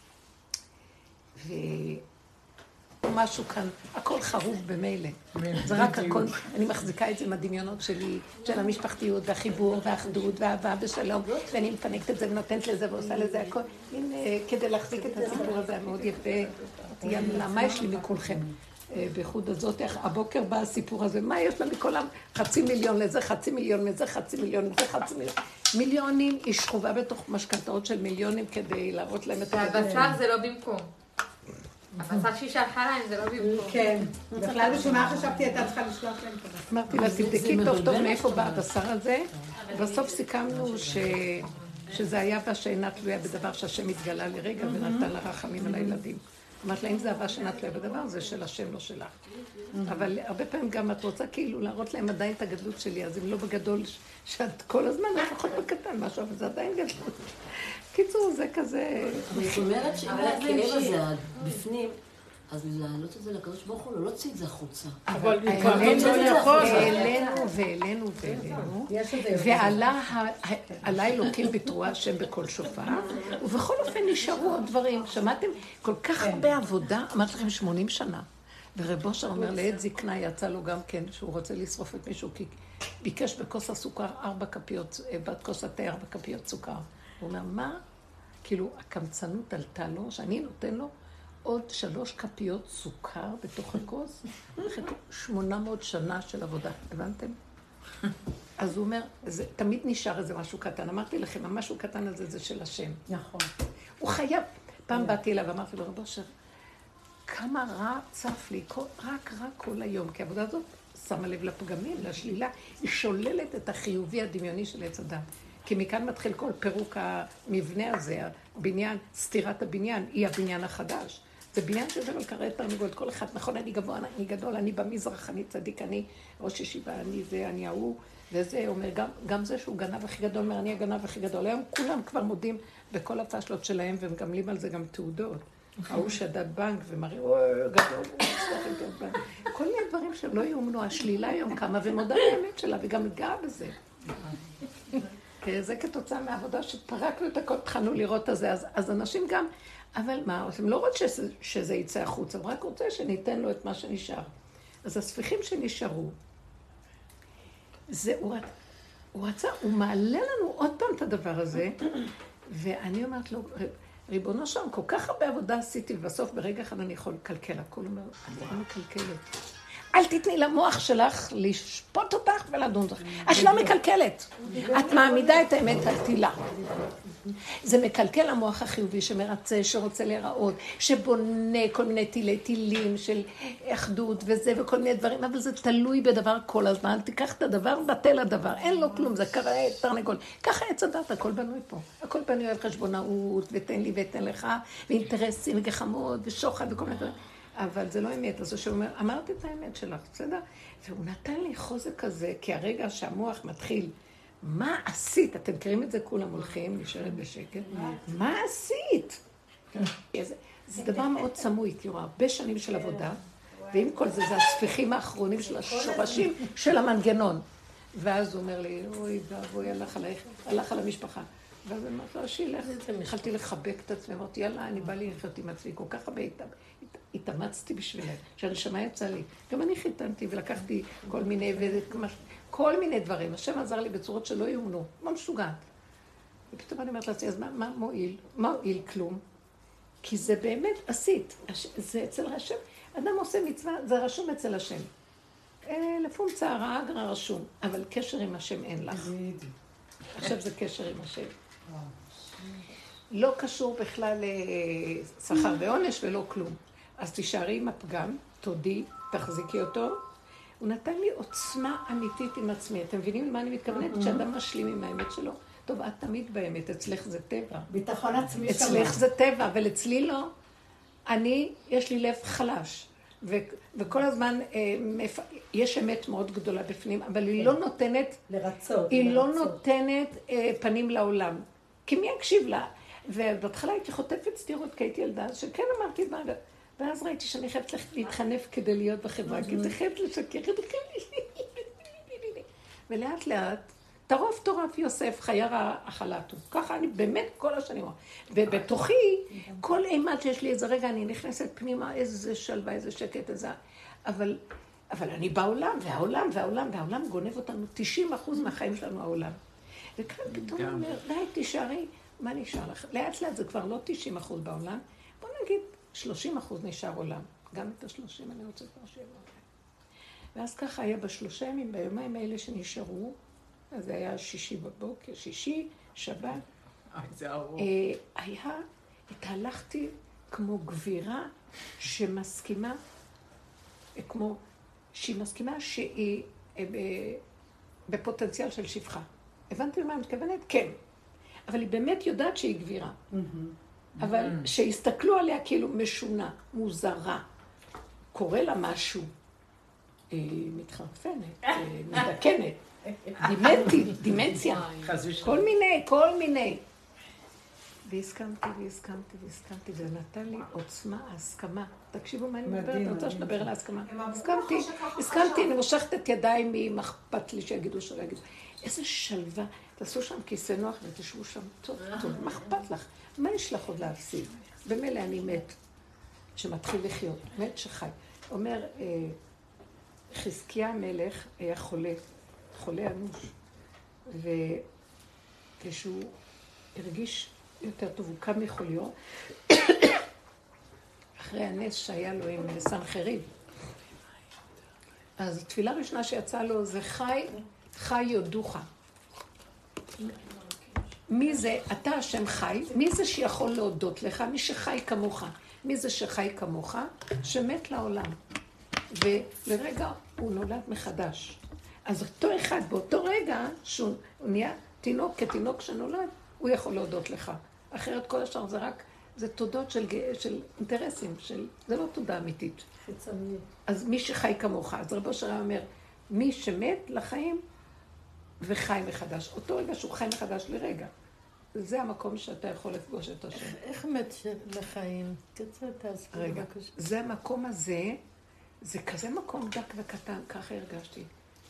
ומשהו כאן, הכל חרוב במילא. זה רק הכל, אני מחזיקה את זה מהדמיונות שלי, של המשפחתיות והחיבור והאחדות והאהבה ושלום, ואני מפנקת את זה ונותנת לזה ועושה לזה הכל. כדי להחזיק את הסיפור הזה המאוד יפה. יאללה, מה יש לי מכולכם? באיחוד הזאת, הבוקר בא הסיפור הזה, מה יש לה מכולם? 500,000 לזה, 500,000 לזה, 500,000 לזה, 500,000. מיליונים היא שכובה בתוך משכנתאות של מיליונים כדי להראות להם את והבשר זה לא במקום. הבשר שהיא שלחה להם זה לא במקום. כן, בכלל בשבימה חשבתי הייתה צריכה לשלוח להם. אמרתי לה, תבדקי טוב טוב מאיפה בא הבשר הזה. בסוף סיכמנו שזה היה והשאינה תלויה בדבר שהשם התגלה לרגע ונתן לה רחמים על הילדים. אמרת לה, אם זה אהבה שאינה תלויה בדבר, זה של השם, לא שלך. אבל הרבה פעמים גם את רוצה כאילו להראות להם עדיין את הגדלות שלי, אז אם לא בגדול שאת כל הזמן, לפחות בקטן משהו, אבל זה עדיין גדלות. קיצור, זה כזה... זאת אומרת שאם הכאב הזה בפנים, אז להעלות את זה לקדוש ברוך הוא, לא להוציא את זה החוצה. אבל לפעמים לא יכול. העלינו, ועלה אלוקים בתרועה השם בכל שופר, ובכל אופן נשארו עוד דברים. שמעתם? כל כך הרבה עבודה, אמרתי לכם 80 שנה. ורב אושר אומר, לעת זקנה יצא לו גם כן, שהוא רוצה לשרוף את מישהו, כי ביקש בכוס הסוכר 4 כפיות, בת כוס התה 4 כפיות סוכר. הוא אומר, מה? כאילו, הקמצנות עלתה לו, שאני נותן לו עוד 3 כפיות סוכר בתוך הכוס, אחרי 800 שנה של עבודה. הבנתם? אז הוא אומר, תמיד נשאר איזה משהו קטן. אמרתי לכם, המשהו קטן הזה זה של השם. נכון. הוא חייב. פעם באתי אליו ואמרתי לו, רב אושר, כמה רע צף לי, רק רע כל היום, כי העבודה הזאת שמה לב לפגמים, לשלילה, היא שוללת את החיובי הדמיוני של עץ הדת. כי מכאן מתחיל כל פירוק המבנה הזה, הבניין, סתירת הבניין, היא הבניין החדש. זה בניין שזה על קראת תרנגולת, כל אחד, נכון, אני גבוה, אני גדול, אני במזרח, אני צדיק, אני ראש ישיבה, אני זה, אני ההוא, וזה אומר, גם זה שהוא גנב הכי גדול, אומר, אני הגנב הכי גדול. היום כולם כבר מודים בכל הפשלות שלהם, והם גמלים על זה גם תעודות. ההוא שדד בנק ומראה, גדול, כל מיני דברים שלא יאומנו, השלילה היום קמה ומודה לאמת שלה, וגם גאה בזה. זה כתוצאה מהעבודה שפרקנו את הכל, התחלנו לראות את זה, אז אנשים גם, אבל מה, הם לא רוצים שזה יצא החוץ, הם רק רוצים שניתן לו את מה שנשאר. אז הספיחים שנשארו, הוא רצה, הוא מעלה לנו עוד פעם את הדבר הזה, ואני אומרת לו, ריבונו שם, כל כך הרבה עבודה עשיתי, ובסוף ברגע אחד אני יכול לקלקל, הכל אומר, אני לא מקלקלת. אל תתני למוח שלך לשפוט אותך ולדון אותך. את לא מקלקלת. את מעמידה את האמת על תילה. זה מקלקל המוח החיובי שמרצה, שרוצה להיראות, שבונה כל מיני תילים של אחדות וזה וכל מיני דברים, אבל זה תלוי בדבר כל הזמן. תיקח את הדבר, בטל הדבר. אין לו כלום, זה תרנגול. ככה עץ הדת, הכל בנוי פה. הכל בנוי על חשבונאות, ותן לי ותן לך, ואינטרסים וגחמות ושוחד וכל מיני דברים. אבל זה לא אמת, אז הוא אומר, אמרתי את האמת שלך, בסדר? והוא נתן לי חוזק כזה, כי הרגע שהמוח מתחיל, מה עשית? אתם מכירים את זה, כולם הולכים, נשארת בשקט. מה עשית? זה דבר מאוד צמוי, תראו, הרבה שנים של עבודה, ועם כל זה, זה הספיחים האחרונים של השורשים של המנגנון. ואז הוא אומר לי, אוי, ואבוי, הלך על המשפחה. ואז אני אמרתי לו, שילך, התחלתי לחבק את עצמי, אמרתי, יאללה, אני בא לי לחיות עם עצמי, כל כך הרבה התאמצתי בשבילם, שהנשמה יצא לי. גם אני חיתנתי ולקחתי כל מיני דברים. השם עזר לי בצורות שלא יאומנו, לא משוגעת. ופתאום אני אומרת לעצמי, אז מה מועיל? מה מועיל? כלום. כי זה באמת עשית. זה אצל השם. אדם עושה מצווה, זה רשום אצל השם. לפונקציה הרעה אגרה רשום, אבל קשר עם השם אין לך. עכשיו זה קשר עם השם. לא קשור בכלל לשכר ועונש ולא כלום. אז תישארי עם הפגם, תודי, תחזיקי אותו. הוא נתן לי עוצמה אמיתית עם עצמי. אתם מבינים למה אני מתכוונת? כשאדם משלים עם האמת שלו, טוב, את תמיד באמת, אצלך זה טבע. ביטחון עצמי שם. אצלך זה טבע, אבל אצלי לא. יש לי לב חלש. וכל הזמן יש אמת מאוד גדולה בפנים, אבל היא לא נותנת, היא לא נותנת פנים לעולם. כי מי יקשיב לה? ובהתחלה הייתי חוטפת סתירות, כי הייתי ילדה, שכן אמרתי, ואז ראיתי שאני חייבת להתחנף כדי להיות בחברה, כי זה חייבת לשקר, ולאט לאט, טרוף יוסף חיירה החלטו. ככה אני באמת כל השנים רואה. ובתוכי, כל אימת שיש לי איזה רגע, אני נכנסת פנימה, איזה שלווה, איזה שקט, איזה... אבל אני בעולם, והעולם גונב אותנו, 90% מהחיים שלנו העולם. וכאן פתאום הוא אומר, די, תישארי, מה נשאר לך? לאט לאט זה כבר לא 90% בעולם, בוא נגיד 30% נשאר עולם. גם את ה-30 אני רוצה כבר שיהיה בעולם. ואז ככה היה ב3 ימים, ביומיים האלה שנשארו, אז זה היה שישי בבוקר, שישי, שבת. זה ארוך. התהלכתי כמו גבירה שמסכימה, שהיא מסכימה שהיא בפוטנציאל של שפחה. הבנתי למה אני מתכוונת? כן. אבל היא באמת יודעת שהיא גבירה. אבל שהסתכלו עליה כאילו משונה, מוזרה. קורה לה משהו. מתחרפנת, מדכנת. דימנציה, כל מיני. והסכמתי, זה נתן לי עוצמה, הסכמה. תקשיבו מה אני מדברת, אני רוצה שנדבר על ההסכמה. הסכמתי, אני מושכת את ידיים מה אכפת לי שיגידו שלא יגידו. איזה שלווה, תעשו שם כיסא נוח ותשבו שם, טוב, מה אכפת לך? מה יש לך עוד להפסיד? במילא אני מת, שמתחיל לחיות, מת שחי. אומר, חזקיה המלך היה חולה אנוש, וכשהוא הרגיש יותר טוב, הוא קם מחוליו, אחרי הנס שהיה לו עם סנחריב. אז התפילה הראשונה שיצאה לו זה חי יודוך. מי זה? אתה השם חי, מי זה שיכול להודות לך? מי שחי כמוך. מי זה שחי כמוך? שמת לעולם. ולרגע הוא נולד מחדש. אז אותו אחד, באותו רגע, שהוא נהיה תינוק, כתינוק שנולד, הוא יכול להודות לך. אחרת כל השאר זה רק, זה תודות של אינטרסים, זה לא תודה אמיתית. אז מי שחי כמוך, אז רבו שרה אומר, מי שמת לחיים וחי מחדש. אותו רגע שהוא חי מחדש לרגע. זה המקום שאתה יכול לפגוש את השם. איך מת לחיים? רגע, זה המקום הזה, זה כזה מקום דק וקטן, ככה הרגשתי.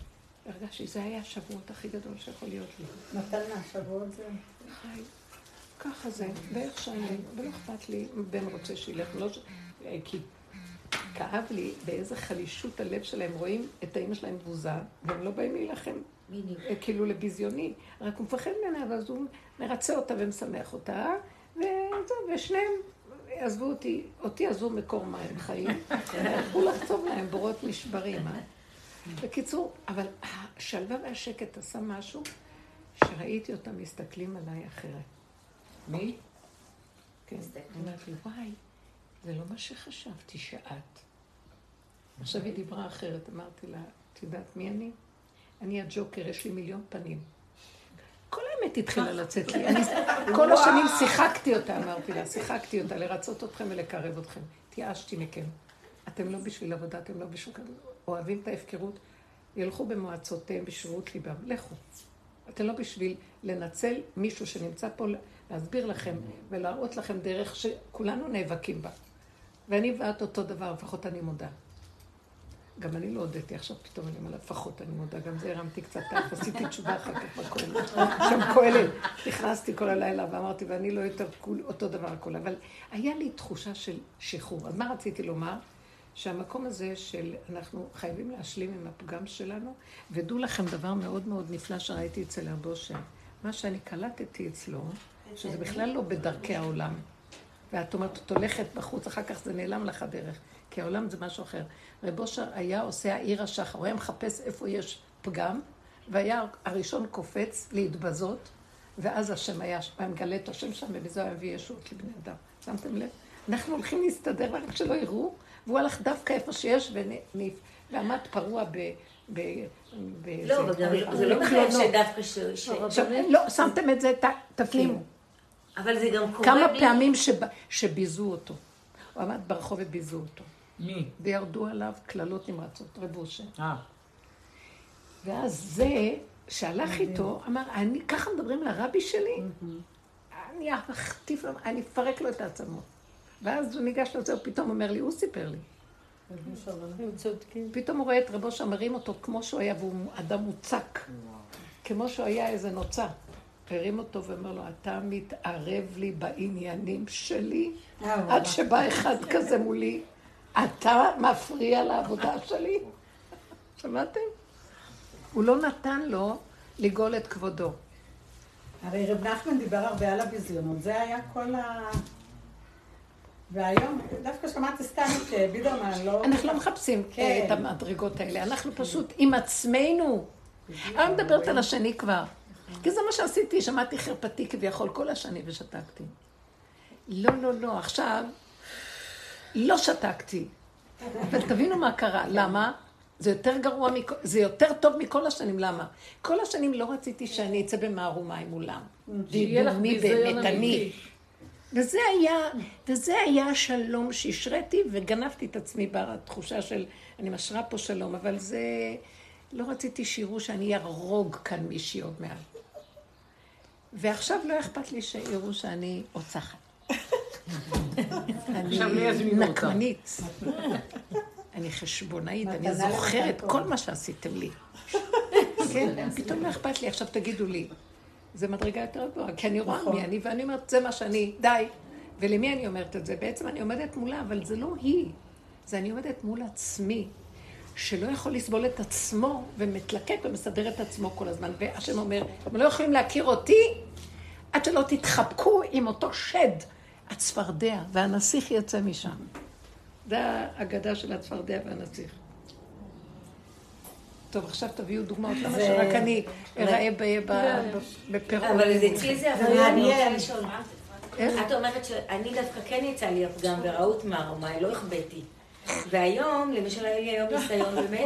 זה היה השבועות הכי גדול שיכול להיות לי. מתי מהשבועות זה? חי. ככה זה, ואיך שאני, ולא אכפת לי, בן רוצה שילך, כי כאב לי באיזה חלישות הלב שלהם, רואים את האמא שלהם מבוזה, והם לא באים להילחם, כאילו לביזיוני, רק הוא מפחד ממנה, ואז הוא מרצה אותה ומשמח אותה, ושניהם עזבו אותי עזבו מקור מים חיים, הלכו לחצוב להם בורות נשברים, בקיצור, אבל השלווה והשקט עשה משהו, שראיתי אותם מסתכלים עליי אחרת. מי? כן, אמרתי, וואי, זה לא מה שחשבתי שאת. עכשיו היא דיברה אחרת, אמרתי לה, את יודעת מי אני? אני הג'וקר, יש לי מיליון פנים. כל האמת התחילה לצאת לי. כל השנים שיחקתי אותה, אמרתי לה, שיחקתי אותה, לרצות אתכם ולקרב אתכם. תייאשתי מכם. אתם לא בשביל עבודה, אתם לא בשביל... אוהבים את ההפקרות, ילכו במועצותיהם בשבועות ליבם. לכו. אתם לא בשביל לנצל מישהו שנמצא פה, להסביר לכם ולהראות לכם דרך שכולנו נאבקים בה. ואני ואת אותו דבר, לפחות אני מודה. גם אני לא הודיתי, עכשיו פתאום אני אומרת, לפחות אני מודה, גם זה הרמתי קצת תף, עשיתי תשובה אחר כך בכהל. שם כהל, נכנסתי כל הלילה ואמרתי, ואני לא יותר אותו דבר הכל, אבל היה לי תחושה של שחרור. אז מה רציתי לומר? שהמקום הזה של אנחנו חייבים להשלים עם הפגם שלנו, ודעו לכם דבר מאוד מאוד נפלא שראיתי אצל רבו שם. מה שאני קלטתי אצלו, שזה בכלל לא בדרכי העולם. ואת אומרת, את הולכת בחוץ, אחר כך זה נעלם לך הדרך, כי העולם זה משהו אחר. רב אושר היה עושה העיר השחר, הוא היה מחפש איפה יש פגם, והיה הראשון קופץ להתבזות, ואז השם היה מגלה את השם שם, ובזה היה מביא ישועות לבני אדם. שמתם לב? אנחנו הולכים להסתדר רק שלא יראו, והוא הלך דווקא איפה שיש, ועמד פרוע לא, אבל זה לא בכלל שדווקא לא, שמתם את זה, תפנימו. אבל זה גם קורה כמה פעמים שביזו אותו. הוא עמד ברחוב וביזו אותו. מי? וירדו עליו כללות נמרצות, רב אושר. ואז זה שהלך איתו, אמר, ככה מדברים לרבי שלי? אני אחטיף לו, אני אפרק לו את העצמות. ואז הוא ניגש לזה, הוא פתאום אומר לי, הוא סיפר לי. פתאום הוא רואה את רב אושר, מרים אותו כמו שהוא היה, והוא אדם מוצק. כמו שהוא היה איזה נוצה. הרים אותו ואומר לו, אתה מתערב לי בעניינים שלי, עד שבא אחד כזה מולי, אתה מפריע לעבודה שלי. שמעתם? הוא לא נתן לו לגאול את כבודו. הרי רב נחמן דיבר הרבה על הביזיונות, זה היה כל והיום, דווקא שמעתי סתם את בידרמן, לא... אנחנו לא מחפשים את המדרגות האלה, אנחנו פשוט עם עצמנו. אני מדברת על השני כבר. כי זה מה שעשיתי, שמעתי חרפתי כביכול כל השני ושתקתי. לא, לא, לא, עכשיו לא שתקתי. ותבינו מה קרה, למה? זה יותר גרוע, זה יותר טוב מכל השנים, למה? כל השנים לא רציתי שאני אצא במערומה עם אולם. שיהיה לך ביזיון אמיתי. וזה היה השלום שהשרתי וגנבתי את עצמי בתחושה של, אני משרה פה שלום, אבל זה, לא רציתי שיראו שאני ארוג כאן מישהי עוד מעט. ועכשיו לא אכפת לי שיראו שאני עוצחת. אני נקמנית. אני חשבונאית, אני זוכרת כל מה שעשיתם לי. כן, פתאום לא אכפת לי, עכשיו תגידו לי. זה מדרגה יותר גבוהה, כי אני רואה מי אני, ואני אומרת, זה מה שאני, די. ולמי אני אומרת את זה? בעצם אני עומדת מולה, אבל זה לא היא. זה אני עומדת מול עצמי, שלא יכול לסבול את עצמו, ומתלקק ומסדר את עצמו כל הזמן. והשם אומר, אתם לא יכולים להכיר אותי, עד שלא תתחבקו עם אותו שד, הצפרדע, והנסיך יצא משם. זה האגדה של הצפרדע והנסיך. טוב, עכשיו תביאו דוגמאות, למה שרק אני אראה בפירות. אבל זה אצלי זה, אבל אני רוצה לשאול. את אומרת שאני דווקא כן יצא לי הפגם וראות מערומה, לא הכבאתי. והיום, למשל היה לי היום ניסיון באמת,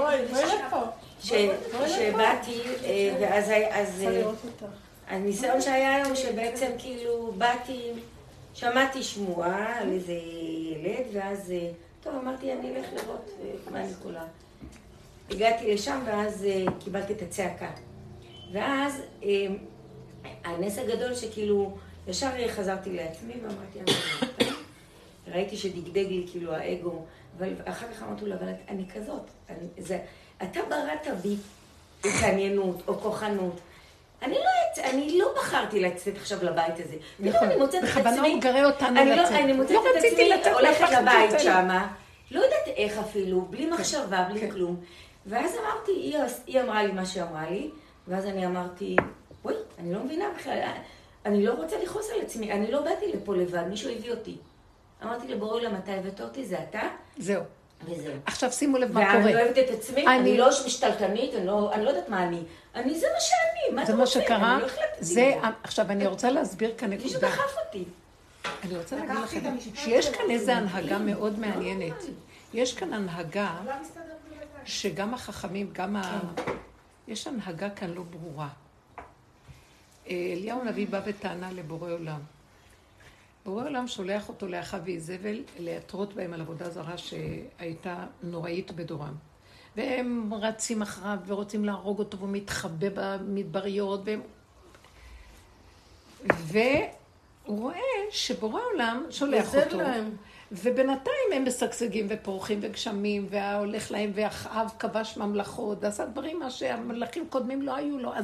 שבאתי, ואז הניסיון שהיה היום שבעצם כאילו באתי, שמעתי שמועה על איזה ילד, ואז, טוב, אמרתי, אני אלך לראות מה אני יכולה. הגעתי לשם ואז קיבלתי את הצעקה. ואז הנס הגדול שכאילו, ישר חזרתי לעצמי ואמרתי, ראיתי שדגדג לי כאילו האגו, אבל אחר כך אמרתי לו, אבל אני כזאת. אתה בראת בי התעניינות או כוחנות. אני לא בחרתי לצאת עכשיו לבית הזה. פתאום אני מוצאת את עצמי... בכוונה הוא מגרה אותנו לצאת. אני מוצאת את עצמי הולכת לבית שמה. לא יודעת איך אפילו, בלי מחשבה, בלי כלום. ואז אמרתי, היא אמרה לי מה שאמרה לי, ואז אני אמרתי, וואי, אני לא מבינה בכלל, אני לא רוצה לכעוס על עצמי, אני לא באתי לפה לבד, מישהו הביא אותי. אמרתי לבורא עולם, אתה הבאת אותי, זה אתה? זהו. וזהו. עכשיו שימו לב מה קורה. ואני לא אוהבת את עצמי, אני לא משתלטנית, אני לא יודעת מה אני. זה מה שאני, מה אתה רוצה? זה מה שקרה, עכשיו אני רוצה להסביר כאן נקודה. מישהו דחף אותי. אני רוצה להגיד לכם, שיש כאן איזו הנהגה מאוד מעניינת. יש כאן הנהגה שגם החכמים, יש הנהגה כאן לא ברורה. אליהו הנביא בא בטענה לבורא עולם. בורא עולם שולח אותו לאחיו ואיזבל להתרות בהם על עבודה זרה שהייתה נוראית בדורם. והם רצים אחריו ורוצים להרוג אותו והוא מתחבא במדבריות. והוא רואה שבורא עולם שולח אותו. ובינתיים הם משגשגים ופורחים וגשמים, והולך להם, ואחאב כבש ממלכות, ועשה דברים מה שהמלכים קודמים לא היו לו.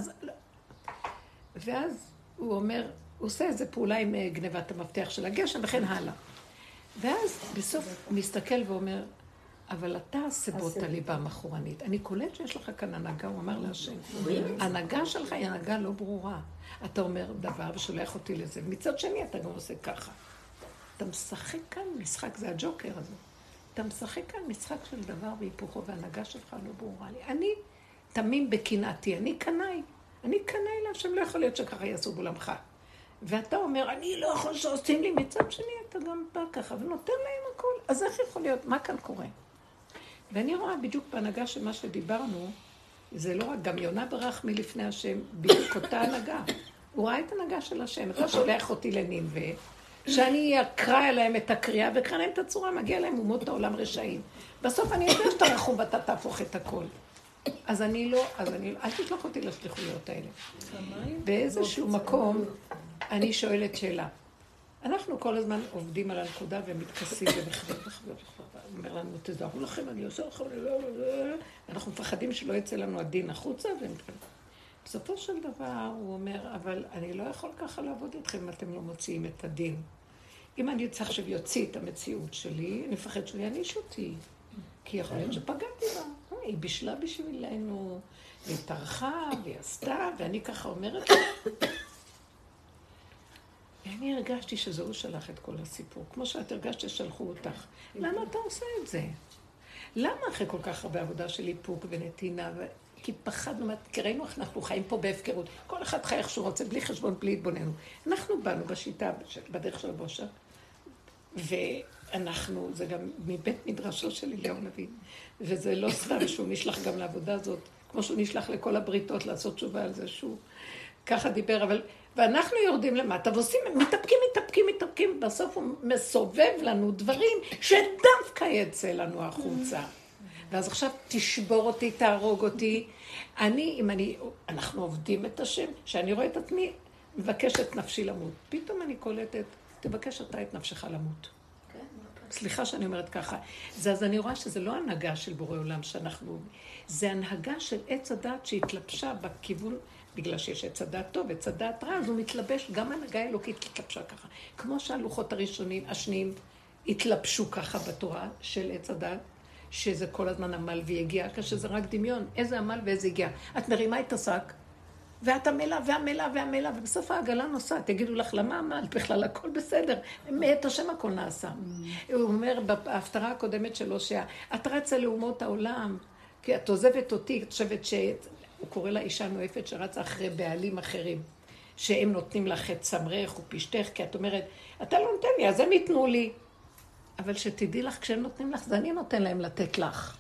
ואז הוא אומר, הוא עושה איזו פעולה עם גנבת המפתח של הגשם, וכן הלאה. ואז בסוף הוא מסתכל ואומר, אבל אתה הסבות הליבה המחורנית. אני קולט שיש לך כאן הנהגה, הוא אמר להשם. ההנהגה שלך היא הנהגה לא ברורה. אתה אומר דבר ושולח אותי לזה, ומצד שני אתה גם עושה ככה. אתה משחק כאן משחק, זה הג'וקר הזה. אתה משחק כאן משחק של דבר והיפוכו, וההנהגה שלך לא ברורה לי. אני תמים בקנאתי, אני קנאי. אני קנאי להשם, לא יכול להיות שככה יעשו בעולמך. ואתה אומר, אני לא יכול שעושים לי, מצד שני אתה גם בא ככה ונותן להם הכל. אז איך יכול להיות? מה כאן קורה? ואני רואה בדיוק בהנהגה של מה שדיברנו, זה לא רק, גם יונה ברח מלפני השם, בדיוק אותה הנהגה. הוא ראה את הנהגה של השם, אתה שולח אותי לנינווה, שאני אקרא אליהם את הקריאה, ואקרא להם את הצורה, מגיע להם אומות העולם רשעים. בסוף אני יודע שאתה רחום ואתה תהפוך את הכל. אז אני לא, אל תשלח אותי לשליחויות האלה. באיזשהו מקום, אני שואלת שאלה. אנחנו כל הזמן עובדים על הנקודה ומתכסים ומחבר. אומר לנו, תזהרו לכם, אני עושה לכם, אנחנו מפחדים שלא יצא לנו הדין החוצה, בסופו של דבר הוא אומר, אבל אני לא יכול ככה לעבוד איתכם אם אתם לא מוציאים את הדין. אם אני צריך עכשיו יוציא את המציאות שלי, אני מפחד שהוא יעניש אותי. כי יכול להיות שפגעתי בה. היא בישלה בשבילנו, והיא טרחה, והיא עשתה, ואני ככה אומרת לה. ואני הרגשתי שזה הוא שלח את כל הסיפור. כמו שאת הרגשת ששלחו אותך. למה אתה עושה את זה? למה אחרי כל כך הרבה עבודה של איפוק ונתינה? כי פחדנו, כי ראינו איך אנחנו חיים פה בהפקרות. כל אחד חי איך שהוא רוצה, בלי חשבון, בלי התבוננו. אנחנו באנו בשיטה, בדרך של הבושה, ואנחנו, זה גם מבית מדרשו של אליהו הנביא, וזה לא סתם שהוא נשלח גם לעבודה הזאת, כמו שהוא נשלח לכל הבריתות לעשות תשובה על זה שהוא ככה דיבר, אבל, ואנחנו יורדים למטה ועושים, מתאפקים, בסוף הוא מסובב לנו דברים שדווקא יצא לנו החוצה. ואז עכשיו תשבור אותי, תהרוג אותי. אנחנו עובדים את השם, שאני רואה את עצמי, מבקש את נפשי למות. פתאום אני קולטת, תבקש אתה את נפשך למות. סליחה שאני אומרת ככה. אז אני רואה שזה לא הנהגה של בורא עולם שאנחנו... זה הנהגה של עץ הדת שהתלבשה בכיוון, בגלל שיש עץ הדת טוב, עץ הדת רע, אז הוא מתלבש, גם הנהגה האלוקית התלבשה ככה. כמו שהלוחות הראשונים, השניים, התלבשו ככה בתורה של עץ הדת, שזה כל הזמן עמל ויגיע, כשזה רק דמיון, איזה עמל ואיזה הגיע. את מרימה את השק, ואת המלה, ובסוף העגלה נוסעת, תגידו לך, למה עמל? בכלל הכל בסדר, מאת השם הכל נעשה. הוא אומר בהפטרה הקודמת שלו, שאת רצה לאומות העולם, כי את עוזבת אותי, את חושבת שהוא קורא לה אישה נואפת שרצה אחרי בעלים אחרים, שהם נותנים לך את צמרך ופשטך, כי את אומרת, אתה לא נותן לי, אז הם ייתנו לי. אבל שתדעי לך, כשהם נותנים לך, זה אני נותן להם לתת לך.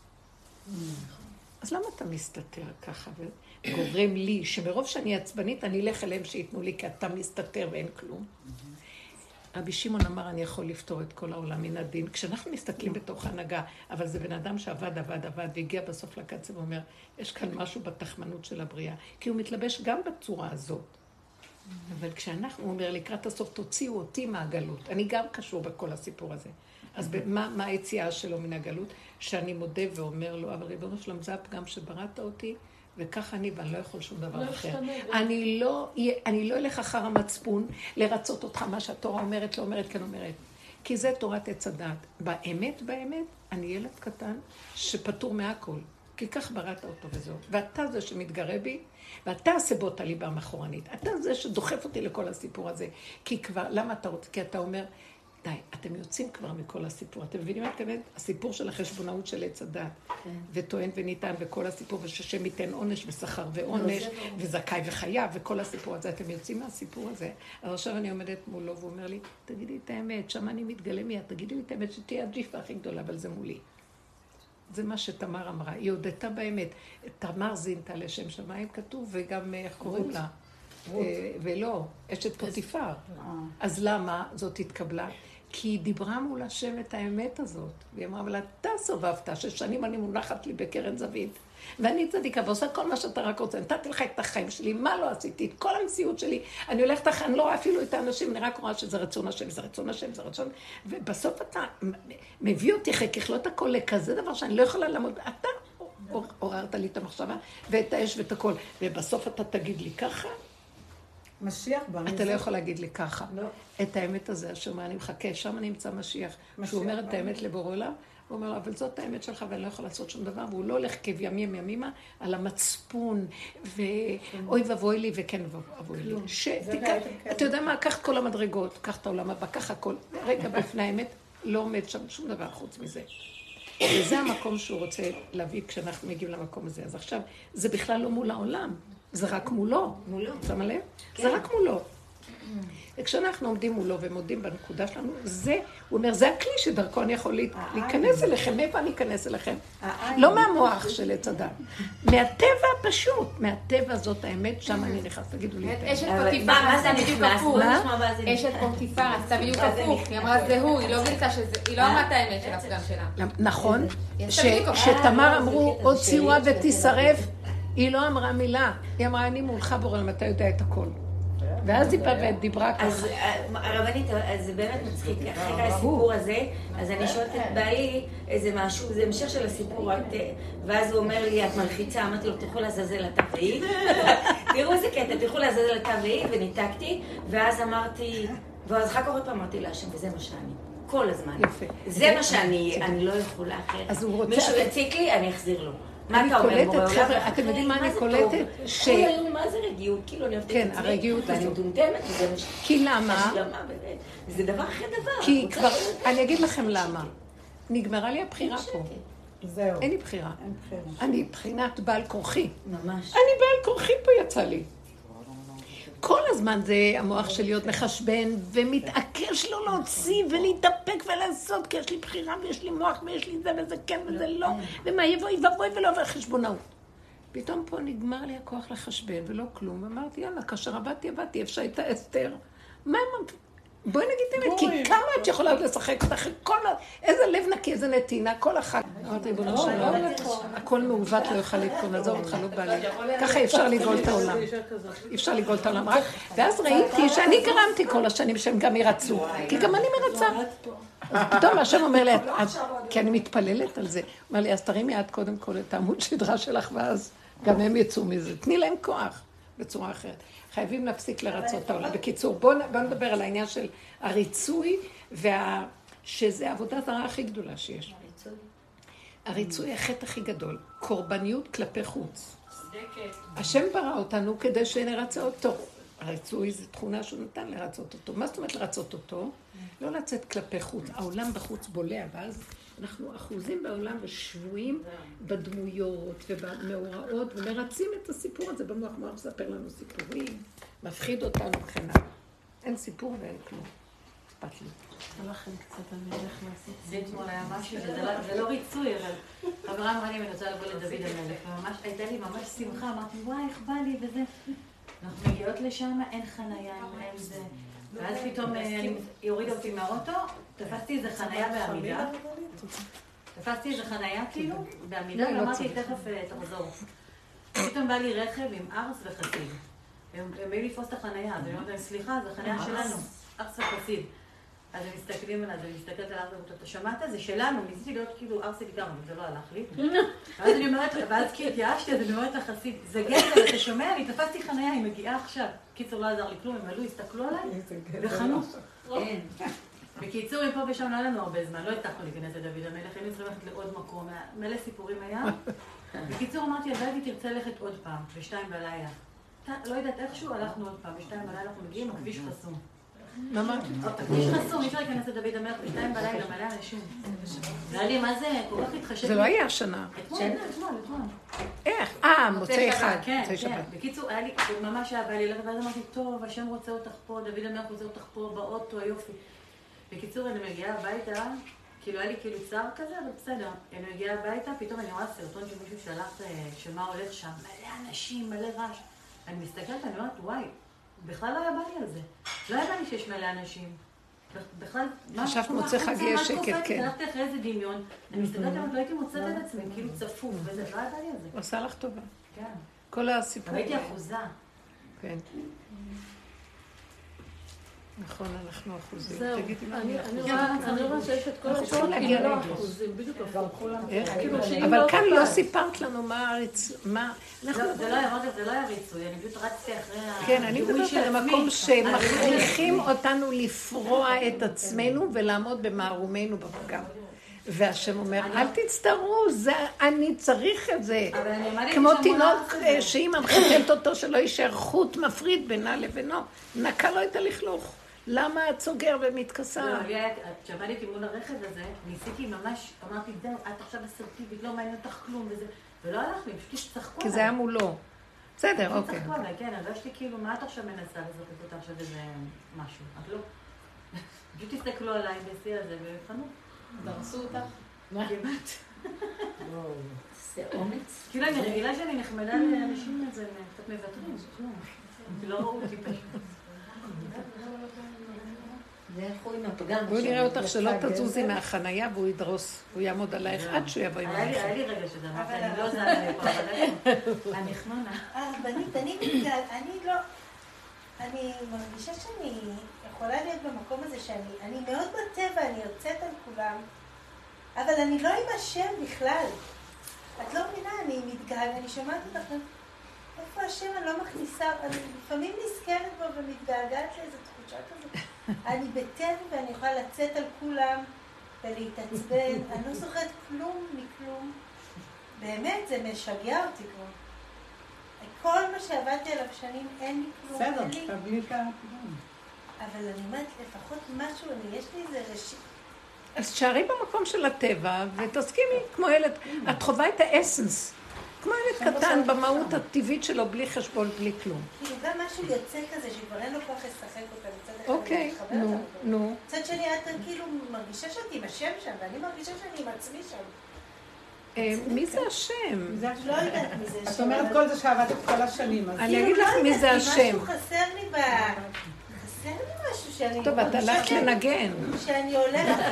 אז למה אתה מסתתר ככה וגורם לי, שמרוב שאני עצבנית, אני אלך אליהם שיתנו לי, כי אתה מסתתר ואין כלום? רבי שמעון אמר, אני יכול לפתור את כל העולם מן הדין. כשאנחנו מסתכלים בתוך ההנהגה, אבל זה בן אדם שעבד, והגיע בסוף לקצה ואומר, יש כאן משהו בתחמנות של הבריאה. כי הוא מתלבש גם בצורה הזאת. אבל כשאנחנו, הוא אומר, לקראת הסוף, תוציאו אותי מהגלות. אני גם קשור בכל הסיפור הזה. אז מה היציאה שלו מן הגלות? שאני מודה ואומר לו, אבל ריבונו שלום, זה הפגם שבראת אותי, וכך ואני לא יכול שום דבר אחר. אני לא אלך אחר המצפון לרצות אותך, מה שהתורה אומרת, לא אומרת, כן אומרת. כי זה תורת עץ הדת. באמת, אני ילד קטן שפטור מהכל. כי כך בראת אותו וזהו. ואתה זה שמתגרה בי, ואתה הסיבות הליבה המחורנית. אתה זה שדוחף אותי לכל הסיפור הזה. כי כבר, למה אתה רוצה? כי אתה אומר, די, אתם יוצאים כבר מכל הסיפור. אתם מבינים מה התכוונת? הסיפור של החשבונאות של עץ הדת. וטוען וניתן, וכל הסיפור, וששם ייתן עונש ושכר ועונש, וזכאי וחייב, וכל הסיפור הזה. אתם יוצאים מהסיפור הזה. אז עכשיו אני עומדת מולו, והוא אומר לי, תגידי את האמת, שם אני מתגלה מיד, תגידי לי את האמת, שתהיה הג'יפה הכי גדולה, אבל זה מולי. זה מה שתמר אמרה, היא הודתה באמת. תמר זינתה לשם שמיים כתוב, וגם איך קוראים לה? ולא, אשת פוטיפר. אז למה זאת התקבלה? כי היא דיברה מול השם את האמת הזאת. והיא אמרה, אבל אתה סובבת, ששנים אני מונחת לי בקרן זווית. ואני צדיקה ועושה כל מה שאתה רק רוצה. נתתי לך את החיים שלי, מה לא עשיתי? את כל המציאות שלי. אני הולכת אחרי, אני לא רואה אפילו את האנשים, אני רק רואה שזה רצון השם, זה רצון השם, זה רצון. ובסוף אתה מביא אותי אחרי ככלות הכל לכזה דבר שאני לא יכולה לעמוד. אתה עוררת לי את המחשבה ואת האש ואת הכל. ובסוף אתה תגיד לי ככה? משיח בא מזה. אתה לא יכול להגיד לי ככה. לא. את האמת הזה, אשר מה אני מחכה, שם נמצא משיח. שהוא אומר את האמת לבורא עולם, הוא אומר לו, אבל זאת האמת שלך ואני לא יכול לעשות שום דבר, והוא לא הולך כבימים ימימה על המצפון, ואוי ובוי לי וכן ובוי לי. אתה יודע מה, קח את כל המדרגות, קח את העולם הבא, קח הכל, רגע בפני האמת, לא עומד שם שום דבר חוץ מזה. וזה המקום שהוא רוצה להביא כשאנחנו מגיעים למקום הזה. אז עכשיו, זה בכלל לא מול העולם, זה רק מולו. מולו. שמה לב? זה רק מולו. וכשאנחנו עומדים מולו ומודים בנקודה שלנו, זה, הוא אומר, זה הכלי שדרכו אני יכול להיכנס אליכם. מאיפה אני אכנס אליכם? לא מהמוח של עץ הדת. מהטבע פשוט. מהטבע זאת האמת, שם אני נכנס. תגידו לי. אשת פוטיפר עשתה בדיוק הפוך. אשת פוטיפר עשתה בדיוק הפוך. היא אמרה זה הוא, היא לא גילתה שזה, היא לא אמרה את האמת של הפגם שלה. נכון. שתמר אמרו, הוציאוה ותשרף, היא לא אמרה מילה. היא אמרה, אני מולך בורא, אתה יודע את הכל. ואז היא באה ודיברה ככה. אז הרבנית, זה באמת מצחיק, אחרי הסיפור הזה, אז אני שואלת את בעלי איזה משהו, זה המשך של הסיפור, ואז הוא אומר לי, את מלחיצה, אמרתי לו, תלכו לעזאזל אתה ואי, תראו איזה קטע, תלכו לעזאזל אתה ואי, וניתקתי, ואז אמרתי, ואז אחר כך עוד פעם אמרתי להשם, וזה מה שאני, כל הזמן. זה מה שאני, אני לא יכולה אחרת. מישהו יציק לי, אני אחזיר לו. מה אתה אומר, בורא עולם? אתם יודעים מה אני קולטת? כל היום, מה זה רגיעות? כאילו אני אוהבת את עצמי. כן, הרגיעות ואני מטומטמת, וזה מה כי למה? זה דבר אחרי דבר. כי כבר, אני אגיד לכם למה. נגמרה לי הבחירה פה. זהו. אין לי בחירה. אין בחירה. אני בחינת בעל כורחי. ממש. אני בעל כורחי פה יצא לי. כל הזמן זה המוח שלי עוד מחשבן ומתעקש לא להוציא ולהתאפק ולעשות, כי יש לי בחירה ויש לי מוח ויש לי זה וזה כן וזה לא, ומה יבואי ובואי ולא עובר חשבונאות. פתאום פה נגמר לי הכוח לחשבן ולא כלום, ואמרתי יאללה, כאשר עבדתי, אפשר הייתה אסתר. מה הם... בואי נגיד את כי כמה את יכולה עוד לשחק אותך, איזה לב נקי, איזה נתינה, כל אחת. אמרתי, ריבונו שלום, הכל מעוות לא יוכל להתכון, עזוב אותך, לא בא לי. ככה אפשר לגאול את העולם. אפשר לגאול את העולם רק. ואז ראיתי שאני גרמתי כל השנים שהם גם ירצו, כי גם אני מרצה. אז פתאום השם אומר לי, כי אני מתפללת על זה, אומר לי, אז תרימי עד קודם כל את העמוד שדרה שלך, ואז גם הם יצאו מזה. תני להם כוח בצורה אחרת. חייבים להפסיק לרצות את העולם. בקיצור, בואו נדבר על העניין של הריצוי, שזה העבודה זרה הכי גדולה שיש. הריצוי החטא הכי גדול. קורבניות כלפי חוץ. השם ברא אותנו כדי שנרצה אותו. הריצוי זה תכונה שהוא נתן לרצות אותו. מה זאת אומרת לרצות אותו? לא לצאת כלפי חוץ. העולם בחוץ בולע, ואז אנחנו אחוזים בעולם ושבויים בדמויות ובמאורעות, ומרצים את הסיפור הזה במוח. מוח מספר לנו סיפורים, מפחיד אותנו וכן. אין סיפור ואין כלום. אכפת לי. הלכם קצת, אני הולך לעשות. זה אתמול היה משהו, זה לא ריצוי, אבל חברה אמרה לי, אני רוצה לבוא לדוד המלך, וממש הייתה לי ממש שמחה, אמרתי, וואי, איך בא לי וזה. אנחנו מגיעות לשם, אין חנייה, אין זה. ואז פתאום היא הורידה אותי מהאוטו, תפסתי איזה חנייה בעמידה. תפסתי איזה חנייה כאילו, בעמידה, ואמרתי, תכף תחזור. פתאום בא לי רכב עם ארס וחסיד. הם באים לתפוס את החנייה, אז אני אומרת להם, סליחה, זה חנייה שלנו, ארס וחסיד. אז הם מסתכלים עליו, אני מסתכלת על ארס וחסיד, אתה שמעת? זה שלנו, ניסיתי להיות כאילו ארס וגיטר, אבל זה לא הלך לי. ואז אני אומרת, ואז כי התייאשתי, אז אני אומרת לחסיד, זה גזל, אתה שומע? אני תפסתי חנייה, היא מגיעה עכשיו. קיצור, לא עזר לי כלום, הם עלו, הסתכלו עליי, וחנו. בקיצור, אם פה ושם לא היה לנו הרבה זמן, לא הצלחנו להיכנס לדוד המלך, היינו צריכים ללכת לעוד מקום, מלא סיפורים היה. בקיצור, אמרתי, הלוואי תרצה ללכת עוד פעם, ב2 בלילה. לא יודעת, איכשהו הלכנו עוד פעם, ב2 בלילה אנחנו מגיעים, הכביש חסום. מה? הכביש חסום, אי אפשר להיכנס לדוד המלך, ב2 בלילה, מלא אנשים. והיה לי, מה זה, כל כך התחשב. זה לא היה השנה. אתמול. איך? מוצאי אחד. כן. בקיצור, היה לי, ממש היה בא לי ללכת, ואז אמרתי, טוב, השם רוצה אותך פה, דוד המלך רוצה אותך פה, באוטו, היופי. בקיצור, אני מגיעה הביתה, כאילו היה לי כאילו צער כזה, אבל בסדר. אני מגיעה הביתה, פתאום אני רואה סרטון שמישהו שלח שמה הולך שם, מלא אנשים, מלא רעש. אני מסתכלת, אני אומרת, וואי, בכלל לא היה בא לי על זה. לא היה בא לי שיש מלא אנשים. בכלל, חשבת מוצא חג יש שקט, כן. הלכתי אחרי איזה דמיון. אני מסתכלת, לא הייתי מוצאת את עצמי, כאילו צפוף, וזה לא היה בא לי על זה. הוא עשה לך טובה. כן. כל הסיפור. הייתי אחוזה. כן. נכון, אנחנו אחוזים. זהו, תגידי מה אני רואה שיש את כל השעות, להגיע לא לרגש. אחוזים, בדיוק הפוך. אבל כאן לא סיפרת לנו מה... זה לא היה ריצוי, אני פשוט רצתי אחרי כן, אני מדברת על המקום שמכריחים אותנו לפרוע את עצמנו ולעמוד במערומנו בפגם. והשם אומר, אל תצטערו, אני צריך את זה. כמו תינוק שאמא מחתלת אותו שלא יישאר חוט מפריד בינה לבינו. נקה לו את הלכלוך. למה את סוגר ומתכסה? כשעבדתי מול הרכב הזה, ניסיתי ממש, אמרתי, די, את עכשיו אסרטיבית, לא מעניין אותך כלום וזה, ולא הלך לי, פשוט צחקו עליי. כי זה היה מולו. בסדר, אוקיי. צחקו עליי, כן, הרגשתי כאילו, מה את עכשיו מנסה לזאת אותה עכשיו איזה משהו? את לא. פשוט תסתכלו עליי בשיא הזה ובחנו. דרסו אותך? כמעט. זה אומץ. כאילו, אני רגילה שאני נחמדה לאנשים את זה, קצת מבטרים. לא ראו אותי פשוט. והלכו עם הפגם. בואי נראה אותך שלא תזוזי מהחנייה והוא ידרוס, הוא יעמוד עלייך עד שהוא יבוא עם הרכב. היה לי רגע שזה אמרת, אני לא זנה לפה, אבל אני חנונה. בנית, אני מרגישה שאני יכולה להיות במקום הזה שאני מאוד בטבע, אני יוצאת על כולם, אבל אני לא עם השם בכלל. את לא מבינה, אני מתגעגעת, אני שומעת אותך, איפה השם אני לא מכניסה, אני לפעמים נזכרת בו ומתגעגעת לאיזו תחושה כזאת. אני בטבע ואני יכולה לצאת על כולם ולהתעצבן, אני לא זוכרת כלום מכלום. באמת, זה משגע אותי כבר. כל מה שעבדתי עליו שנים, אין לי כלום, אין לי. בסדר, תביא כמה. אבל אני אומרת, לפחות משהו, יש לי איזה ראשית. אז תשארי במקום של הטבע ותסכימי, כמו ילד, את חווה את האסנס, כמו ילד קטן במהות הטבעית שלו, בלי חשבון, בלי כלום. כאילו גם משהו יוצא כזה, שכבר אין לו כוח לשחק אותה מצד אחד. אוקיי, נו. מצד שני, את כאילו מרגישה שאת עם השם שם, ואני מרגישה שאני עם עצמי שם. מי זה השם? לא יודעת מי זה השם. את אומרת כל זה שעבדת כל השנים. אני אגיד לך מי זה השם. משהו חסר לי חסר לי משהו שאני... טוב, את הלכת לנגן. שאני הולכת...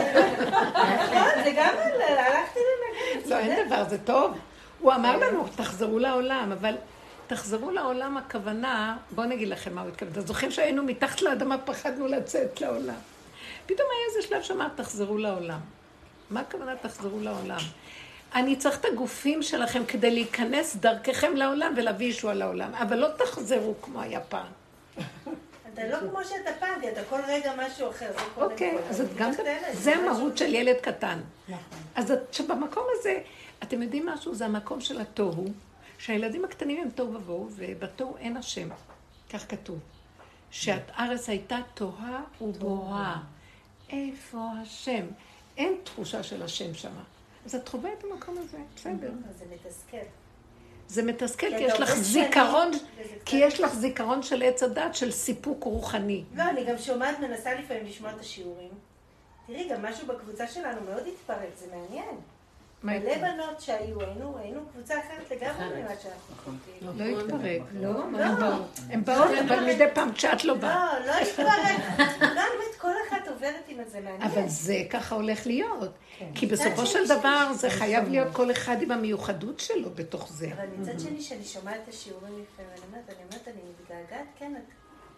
נכון, זה גם הלכתי לנגן. לא, אין דבר, זה טוב. הוא אמר לנו, תחזרו לעולם, אבל תחזרו לעולם הכוונה, בואו נגיד לכם מה הוא התכוון. אתם זוכרים שהיינו מתחת לאדמה, פחדנו לצאת לעולם. פתאום היה איזה שלב שאמר, תחזרו לעולם. מה הכוונה תחזרו לעולם? אני צריך את הגופים שלכם כדי להיכנס דרככם לעולם ולהביא ישוע לעולם, אבל לא תחזרו כמו היה פעם. אתה לא כמו שאתה פעם, כי אתה כל רגע משהו אחר. אוקיי, אז זה המהות של ילד קטן. אז במקום הזה, אתם יודעים משהו? זה המקום של התוהו, שהילדים הקטנים הם תוהו ובוהו, ובתוהו אין השם. כך כתוב. שהארץ הייתה תוהה ובוהה. איפה השם? אין תחושה של השם שמה. אז את חווה את המקום הזה, בסדר. זה מתסכל. זה מתסכל כי יש לך זיכרון, כי יש לך זיכרון של עץ הדת, של סיפוק רוחני. לא, אני גם שומעת, מנסה לפעמים לשמוע את השיעורים. תראי, גם משהו בקבוצה שלנו מאוד התפרק, זה מעניין. מלא בנות שהיו, היינו קבוצה אחרת לגמרי ממה שאנחנו חושבים. לא התפרק. לא. הם באו, אבל מדי פעם כשאת לא באה. לא התפרק. לא, באמת, כל אחת עוברת עם זה מעניין. אבל זה ככה הולך להיות. כי בסופו של דבר זה חייב להיות כל אחד עם המיוחדות שלו בתוך זה. אבל מצד שני, שאני שומעת את השיעורים לפעמים, אני אומרת, אני מתגעגעת, כן, אני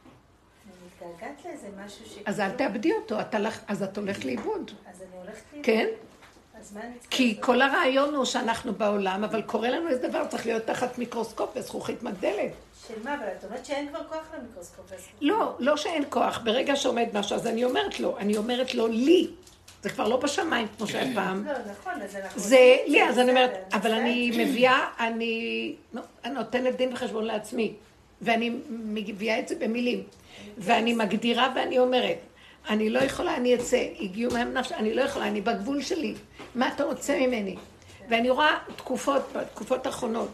מתגעגעת לאיזה משהו ש... אז אל תאבדי אותו, אז את הולכת לאיבוד. אז אני הולכת לאיבוד. כן? כי כי כל הרעיון הוא שאנחנו בעולם, אבל קורה לנו איזה דבר, צריך להיות תחת מיקרוסקופ וזכוכית מגדלת. של מה? אבל את אומרת שאין כבר כוח למיקרוסקופ וזכוכית. לא שאין כוח. ברגע שעומד משהו, אז אני אומרת לו, לי. זה כבר לא בשמיים, כמו שהיה פעם. לא, נכון, אז אנחנו... זה לי, אז אני אומרת, אבל אני מביאה, אני נותנת דין וחשבון לעצמי, ואני מביאה את זה במילים, ואני מגדירה ואני אומרת, אני לא יכולה, אני אצא, הגיעו מהם נפש, אני לא יכולה, אני בגבול שלי. מה אתה רוצה ממני? ואני רואה בתקופות האחרונות,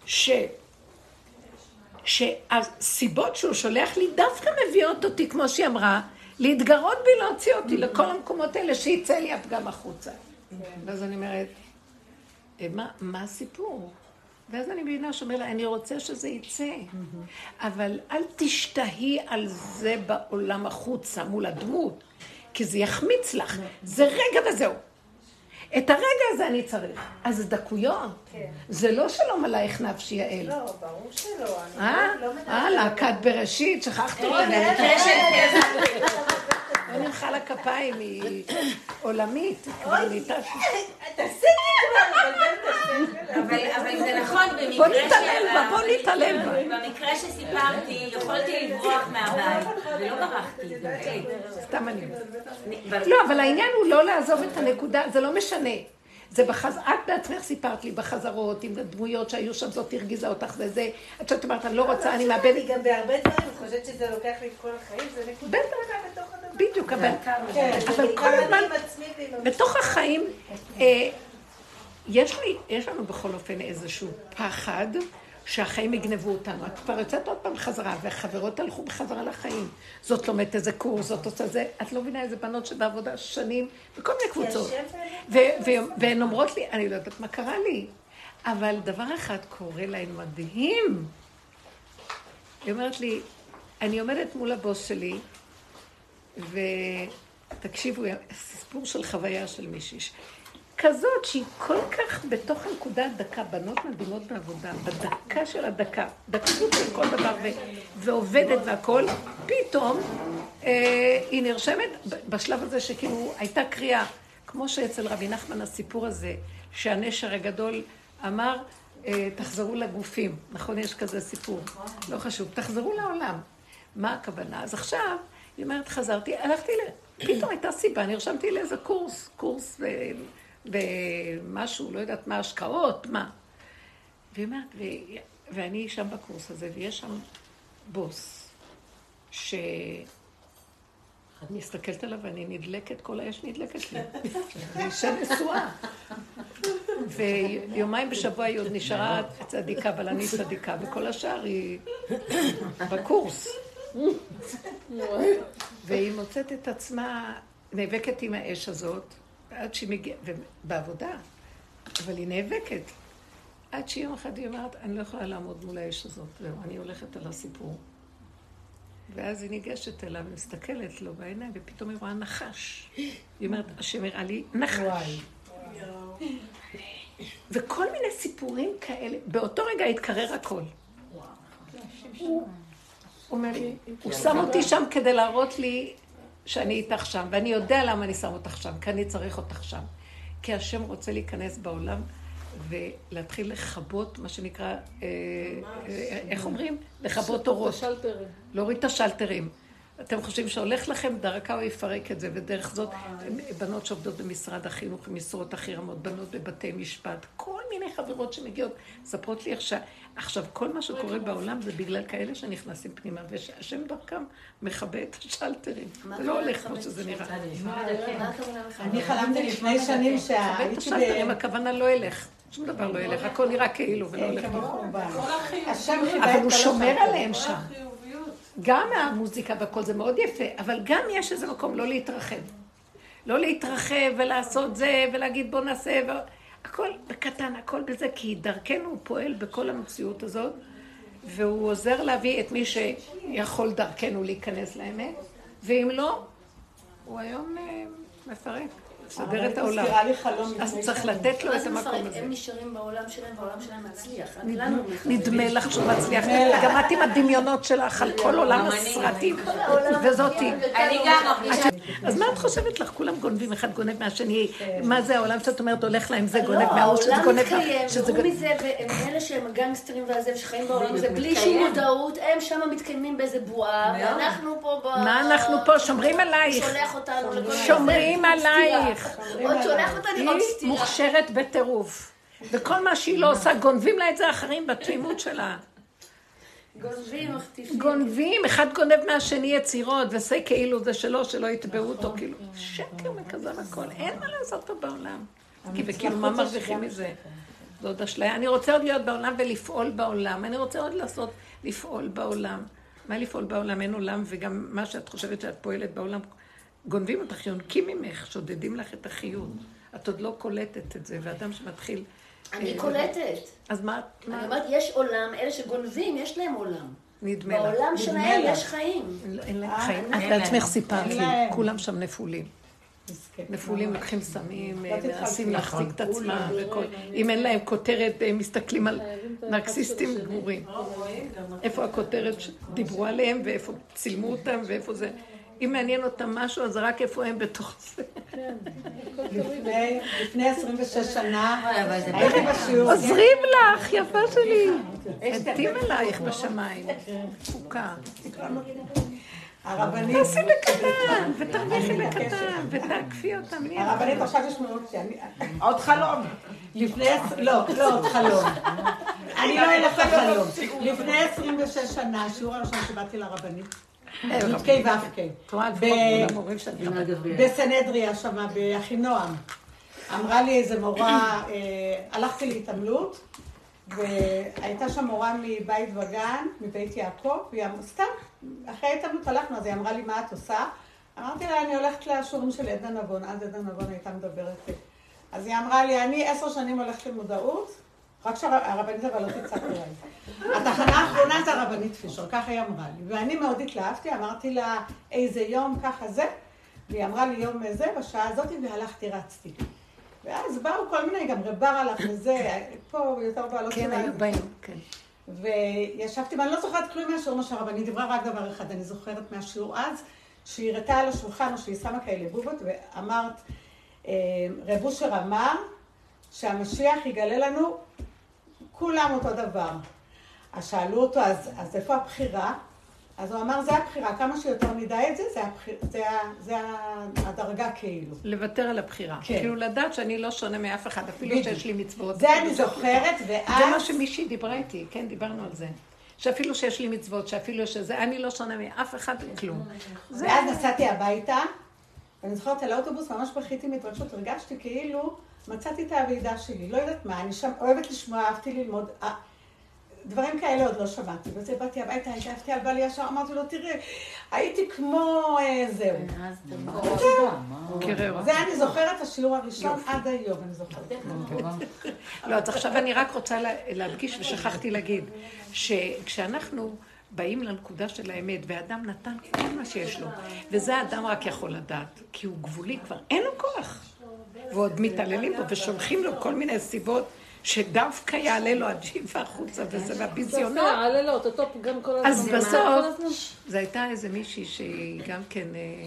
שהסיבות שהוא שולח לי דווקא מביאות אותי, כמו שהיא אמרה, להתגרות בי, להוציא אותי לכל המקומות האלה, שיצא לי הפגם החוצה. ואז אני אומרת, מה הסיפור? ואז אני מבינה שאומר לה, אני רוצה שזה יצא, אבל אל תשתהי על זה בעולם החוצה, מול הדמות, כי זה יחמיץ לך, זה רגע וזהו. את הרגע הזה אני צריך. אז זה דקויות. זה לא שלום עלייך נפשי יעל. לא, ברור שלא. להקת בראשית, שכחתי אותה. לא נמחה לה כפיים, היא עולמית. אני תעשי אבל זה נכון, בוא נתעלם בה. במקרה שסיפרתי, יכולתי לברוח מהבית, ולא ברחתי. סתם אני. לא, אבל העניין הוא לא לעזוב את הנקודה, זה לא משנה. זה את בעצמך סיפרת לי בחזרות, עם הדמויות שהיו שם, זאת הרגיזה אותך וזה. את שאת אומרת, אני לא רוצה, אני מאבדת. אני גם בהרבה דברים, אני חושבת שזה לוקח לי את כל החיים, זה נקודה בתוך הדבר. בדיוק, אבל כל הזמן, בתוך החיים, יש לנו בכל אופן איזשהו פחד שהחיים יגנבו אותנו. את כבר יוצאת עוד פעם חזרה, והחברות הלכו בחזרה לחיים. זאת לומדת איזה קורס, זאת עושה זה. את לא מבינה איזה בנות שבעבודה שנים, בכל מיני קבוצות. והן אומרות לי, אני לא יודעת מה קרה לי, אבל דבר אחד קורה להן מדהים. היא אומרת לי, אני עומדת מול הבוס שלי, ותקשיבו, סיפור של חוויה של מישהי. כזאת שהיא כל כך בתוך הנקודה הדקה, בנות מדהימות בעבודה, בדקה של הדקה, דקות של כל דבר ועובדת והכל, פתאום היא נרשמת בשלב הזה שכאילו הייתה קריאה, כמו שאצל רבי נחמן הסיפור הזה, שהנשר הגדול אמר, תחזרו לגופים, נכון? יש כזה סיפור, לא חשוב, תחזרו לעולם. מה הכוונה? אז עכשיו, היא אומרת, חזרתי, הלכתי, פתאום הייתה סיבה, נרשמתי לאיזה קורס ומשהו, לא יודעת מה, השקעות, מה. והיא אומרת, ואני שם בקורס הזה, ויש שם בוס, שאני מסתכלת עליו ואני נדלקת, כל האש נדלקת לי. אני אישה נשואה. ויומיים בשבוע היא עוד נשארה צדיקה, אבל אני צדיקה, וכל השאר היא בקורס. והיא מוצאת את עצמה, נאבקת עם האש הזאת, עד שהיא מגיעה, ובעבודה, אבל היא נאבקת. עד שיום אחד היא אומרת, אני לא יכולה לעמוד מול האש הזאת, ואני הולכת על הסיפור. ואז היא ניגשת אליו, מסתכלת לו בעיניים, ופתאום היא רואה נחש. היא אומרת, השם הראה לי נחש. וכל מיני סיפורים כאלה, באותו רגע התקרר הכל. הוא אומר לי, הוא שם אותי שם כדי להראות לי שאני איתך שם, ואני יודע למה אני שם אותך שם, כי אני צריך אותך שם. כי השם רוצה להיכנס בעולם ולהתחיל לחבות, מה שנקרא, איך אומרים? לחבות אורות. להוריד את השלטרים. אתם חושבים שהולך לכם דרכה הוא יפרק את זה, ודרך זאת בנות שעובדות במשרד החינוך, משרות הכי רמות, בנות בבתי משפט, כל מיני חברות שמגיעות, ספרות לי עכשיו כל מה שקורה בעולם זה בגלל כאלה שנכנסים פנימה, והשם דרכם מכבה את השלטרים. זה לא הולך כמו שזה נראה. אני חלמתי לפני שנים מכבה את השלטרים, הכוונה לא ילך. שום דבר לא ילך, הכל נראה כאילו ולא הולך. אבל הוא שומר עליהם שם. גם המוזיקה והכל זה מאוד יפה, אבל גם יש איזה מקום לא להתרחב. לא להתרחב ולעשות זה ולהגיד בוא נעשה, הכל בקטן, הכל בזה, כי דרכנו הוא פועל בכל המציאות הזאת, והוא עוזר להביא את מי שיכול דרכנו להיכנס לאמת, ואם לא, הוא היום מפרק. סדר את העולם. אז צריך לתת לו את המקום הזה. הם נשארים בעולם שלהם, והעולם שלהם מצליח. נדמה לך שהוא מצליח. גם את עם הדמיונות שלך על כל עולם הסרטים. וזאתי. אני גם מרגישה. אז מה את חושבת לך? כולם גונבים, אחד גונב מהשני. מה זה העולם שאת אומרת, הולך להם, זה גונב מהאור, שזה גונב לך. העולם מתקיים, והוא מזה, והם אלה שהם הגנגסטרים והזה, שחיים בעולם הזה, בלי שום מודעות, הם שם מתקיימים באיזה בועה, ואנחנו פה מה אנחנו פה? שומרים עלייך. שולח אותנו לכל שומרים עלייך. עוד שולח אותנו עוד סתירה. היא מוכשרת בטירוף. וכל מה שהיא לא עושה, גונבים לה את זה אחרים בתמימות שלה. גונבים, מחטיפים. גונבים, אחד גונב מהשני יצירות, וזה כאילו זה שלא יתבעו אותו, כאילו. שקר מכזב הכל, אין מה לעשות פה בעולם. וכאילו, מה מרוויחים מזה? זו עוד אשליה. אני רוצה עוד להיות בעולם ולפעול בעולם. אני רוצה עוד לעשות, לפעול בעולם. מה לפעול בעולם? אין עולם, וגם מה שאת חושבת שאת פועלת בעולם, גונבים אותך, יונקים ממך, שודדים לך את החיות. את עוד לא קולטת את זה, ואדם שמתחיל... אני קולטת. אז מה? אני אומרת, יש עולם, אלה שגונבים, יש להם עולם. נדמה לך. בעולם שלהם יש חיים. אין להם חיים. את לעצמך סיפרת לי, כולם שם נפולים. נפולים לוקחים סמים, מנסים להחזיק את עצמם, אם אין להם כותרת, הם מסתכלים על נרקסיסטים גמורים. איפה הכותרת שדיברו עליהם, ואיפה צילמו אותם, ואיפה זה... אם מעניין אותם משהו, אז רק איפה הם בתוך זה. לפני 26 שנה, הייתי בשיעור. עוזרים לך, יפה שלי. עדים אלייך בשמיים. תפוקה. הרבנית... תעשי לקטן, ותרוויחי לקטן, ותעקפי אותם. הרבנית עכשיו ישמעו אותי. עוד חלום. לא, עוד חלום. אני לא אלך לחלום. לפני 26 שנה, השיעור הראשון שבאתי לרבנית, י"ק ו"ק, בסנהדריה שמה, באחינועם. אמרה לי איזה מורה, הלכתי להתעמלות, והייתה שם מורה מבית וגן, מבית יעקב, והיא סתם, אחרי ההתעמלות הלכנו, אז היא אמרה לי, מה את עושה? אמרתי לה, אני הולכת לשיעורים של עדנה נבון, אז עדנה נבון הייתה מדברת. אז היא אמרה לי, אני 10 שנים הולכת למודעות, רק שהרבנית אבל לא תצעק אליי. התחנה האחרונה זה הרבנית פישר, ככה היא אמרה לי. ואני מאוד התלהבתי, אמרתי לה, איזה יום, ככה זה. והיא אמרה לי, יום זה, בשעה הזאת, והלכתי, רצתי. ואז באו כל מיני, גם רבר הלך לזה, פה יותר בעלות כן, היו באים, כן. וישבתי, ואני לא זוכרת כלום מהשיעור, מה שהרבנית דיברה רק דבר אחד, אני זוכרת מהשיעור אז, שהיא הראתה על השולחן, או שהיא שמה כאלה בובות, ואמרת, רב אושר אמר, שהמשיח יגלה לנו כולם אותו דבר. אז שאלו אותו, אז איפה הבחירה? אז הוא אמר, זה הבחירה, כמה שיותר נדע את זה, זה הדרגה כאילו. לוותר על הבחירה. כן. כאילו לדעת שאני לא שונה מאף אחד, אפילו שיש לי מצוות. זה אני זוכרת, ואז... זה מה שמישהי דיברה איתי, כן, דיברנו על זה. שאפילו שיש לי מצוות, שאפילו שזה, אני לא שונה מאף אחד, כלום. ואז נסעתי הביתה, ואני זוכרת על האוטובוס, ממש בכיתי מתרגשות, הרגשתי כאילו מצאתי את העבידה שלי, לא יודעת מה, אני שם אוהבת לשמוע, אהבתי ללמוד, דברים כאלה עוד לא שמעתי, וזה באתי הביתה, התאהבתי על בעלי ישר, אמרתי לו, תראה, הייתי כמו זהו. זה אני זוכרת השיעור הראשון עד היום, אני זוכרת. לא, אז עכשיו אני רק רוצה להדגיש, ושכחתי להגיד, שכשאנחנו באים לנקודה של האמת, והאדם נתן כל מה שיש לו, וזה האדם רק יכול לדעת, כי הוא גבולי כבר, אין לו כוח. ועוד מתעללים בו ושולחים לו כל מיני סיבות, שדווקא יעלה לו הג'יפה החוצה, וזה והביזיונות. יעלה לו אותו גם כל הזמן. אז בסוף, זה הייתה איזה מישהי שהיא גם כן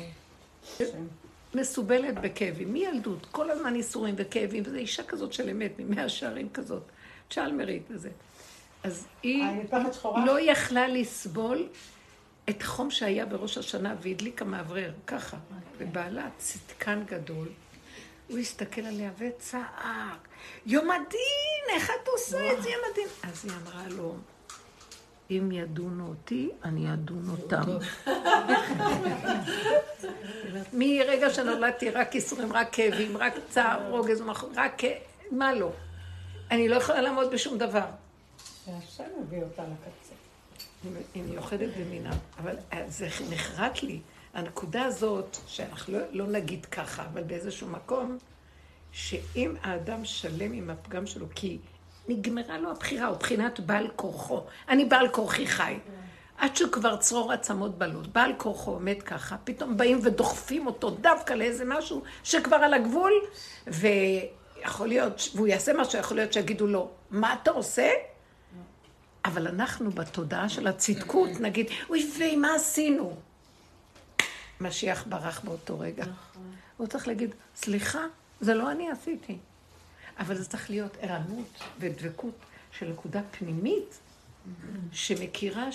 מסובלת בכאבים, מילדות, כל הזמן איסורים וכאבים, וזו אישה כזאת של אמת, ממאה שערים כזאת, צ'למרית וזה. אז היא לא יכלה לסבול את חום שהיה בראש השנה, והדליקה מאוורר, ככה, ובעלה צדקן גדול, הוא הסתכל עליה וצעק, יום הדין, איך את עושה את זה יום הדין? אז היא אמרה לו, אם ידונו אותי, אני אדון אותם. מרגע שנולדתי, רק איסורים, רק כאבים, רק צער, רוגז, רק מה לא? אני לא יכולה לעמוד בשום דבר. השם הביא אותה לקצה. היא מיוחדת במינה, אבל זה נחרט לי. הנקודה הזאת, שאנחנו לא נגיד ככה, אבל באיזשהו מקום, שאם האדם שלם עם הפגם שלו, כי נגמרה לו הבחירה, הוא בחינת בעל כורחו. אני בעל כורחי חי. עד שהוא כבר צרור עצמות בלוד, בעל כורחו עומד ככה, פתאום באים ודוחפים אותו דווקא לאיזה משהו שכבר על הגבול, ויכול להיות, והוא יעשה משהו, יכול להיות שיגידו לו, מה אתה עושה? אבל אנחנו בתודעה של הצדקות נגיד, אוי ויי, מה עשינו? משיח ברח באותו רגע. הוא צריך להגיד, סליחה, זה לא אני עשיתי. אבל זה צריך להיות ערנות ודבקות של נקודה פנימית, שמכירה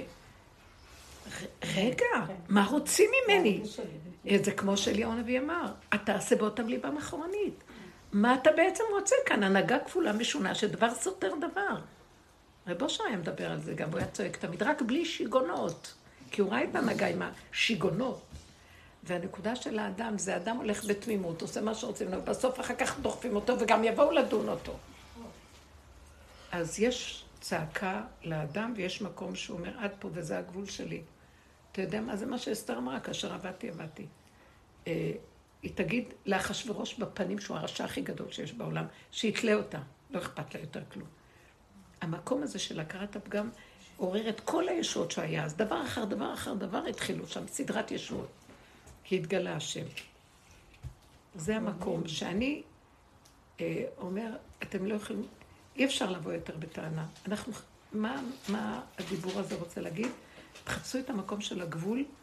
רגע, מה רוצים ממני? זה כמו שליאון הנביא אמר, אתה תעשה באותם ליבם אחורנית. מה אתה בעצם רוצה כאן? הנהגה כפולה משונה, שדבר סותר דבר. רב אושר היה מדבר על זה גם, הוא היה צועק תמיד, רק בלי שיגונות. כי הוא ראה את הנהגה עם השיגונות. והנקודה של האדם, זה האדם הולך בתמימות, עושה מה שרוצים לו, בסוף אחר כך דוחפים אותו וגם יבואו לדון אותו. אז יש צעקה לאדם ויש מקום שהוא אומר, עד פה וזה הגבול שלי. אתה יודע מה? זה מה שאסתר אמרה, כאשר עבדתי. היא תגיד לאחשוורוש בפנים שהוא הרשע הכי גדול שיש בעולם, שיתלה אותה, לא אכפת לה יותר כלום. המקום הזה של הכרת הפגם עורר את כל הישועות שהיה, אז דבר אחר דבר אחר דבר התחילו שם, סדרת ישועות, כי התגלה השם. זה המקום שאני אומר, אתם לא יכולים, אי אפשר לבוא יותר בטענה. מה הדיבור הזה רוצה להגיד? תחפשו את המקום של הגבול,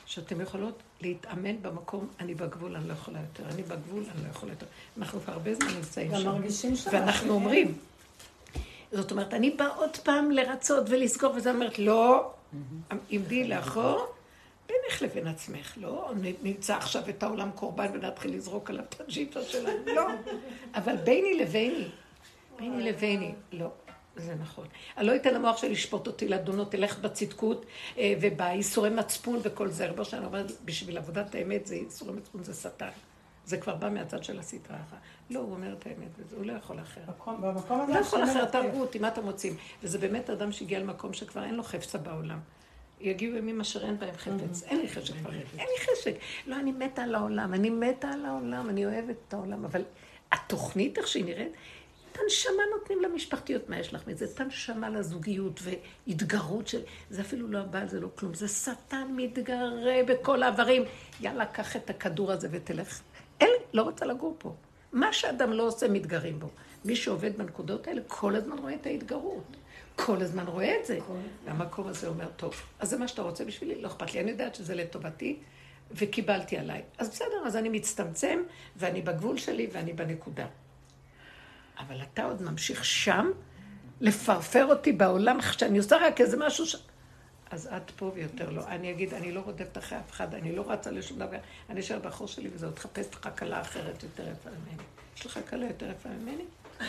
שאתם יכולות להתאמן במקום, אני בגבול, אני לא יכולה יותר, אני בגבול, אני לא יכולה יותר. אנחנו כבר הרבה זמן נמצאים שם. ואנחנו אומרים, זאת אומרת, אני באה עוד פעם לרצות ולסגור, וזה אומרת, לא, עמדי לאחור, בינך לבין עצמך, לא, נמצא עכשיו את העולם קורבן ונתחיל לזרוק עליו את הג'יפה שלנו, לא. אבל ביני לביני, לא. זה נכון. אני לא אתן למוח שלי לשפוט אותי, לדון אותי, ללכת בצדקות ובאיסורי מצפון וכל זה. רבו שאני אומרת, בשביל עבודת האמת, זה איסורי מצפון, זה שטן. זה כבר בא מהצד של הסטרה אחת. לא, הוא אומר את האמת, הוא לא יכול אחר. במקום הזה... לא יכול אחר, תראו אותי, מה אתם רוצים? וזה באמת אדם שהגיע למקום שכבר אין לו חפצה בעולם. יגיעו ימים אשר אין בהם חפץ. אין לי חשק כבר, אין לי חשק. לא, אני מתה על העולם, אני אוהבת את העולם, אבל התוכנית, איך שהיא נראית, תנשמה נותנים למשפחתיות, מה יש לך מזה? תנשמה לזוגיות והתגרות של... זה אפילו לא הבעל, זה לא כלום. זה שטן מתגרה בכל העברים. יאללה, קח את הכדור הזה ותלך. אין, לא רוצה לגור פה. מה שאדם לא עושה, מתגרים בו. מי שעובד בנקודות האלה, כל הזמן רואה את ההתגרות. כל הזמן רואה את זה. והמקום הזה אומר, טוב, אז זה מה שאתה רוצה בשבילי? לא אכפת לי. אני יודעת שזה לטובתי, וקיבלתי עליי. אז בסדר, אז אני מצטמצם, ואני בגבול שלי, ואני בנקודה. אבל אתה עוד ממשיך שם, לפרפר אותי בעולם, שאני עושה רק איזה משהו אז עד פה ויותר לא. אני אגיד, אני לא רודפת אחרי אף אחד, אני לא רצה לשום דבר, אני אשאר באחור שלי וזה עוד חפש לך קלה אחרת יותר יפה ממני. יש לך קלה יותר יפה ממני?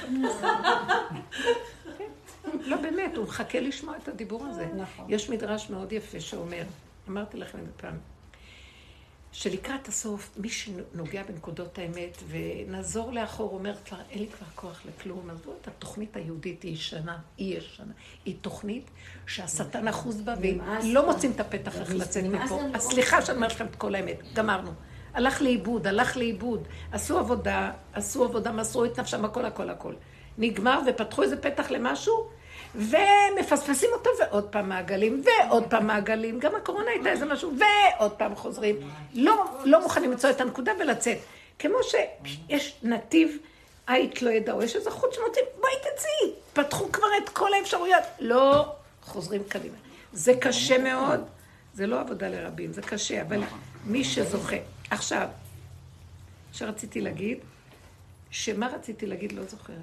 לא באמת, הוא מחכה לשמוע את הדיבור הזה. יש מדרש מאוד יפה שאומר, אמרתי לכם את זה פעם, שלקראת הסוף, מי שנוגע בנקודות האמת ונעזור לאחור, אומר כבר, אין לי כבר כוח לכלום. אז זאת התוכנית היהודית היא ישנה, היא תוכנית שהשטן אחוז בה, ולא מוצאים את הפתח איך לצאת מפה. אז סליחה שאני אומרת לכם את כל האמת, גמרנו. הלך לאיבוד, עשו עבודה, מסרו את נפשם, הכל. נגמר ופתחו איזה פתח למשהו, ומפספסים אותו ועוד פעם מעגלים, גם הקורונה הייתה איזה משהו, ועוד פעם חוזרים. לא מוכנים למצוא את הנקודה ולצאת. כמו שיש נתיב, היית לא ידעו, יש איזה חוט שמוצאים, בואי תצאי, פתחו כבר את כל האפשרויות. לא חוזרים קדימה. זה קשה מאוד, זה לא עבודה לרבים, זה קשה, אבל מי שזוכה. עכשיו, שרציתי להגיד, שמה רציתי להגיד לא זוכרת.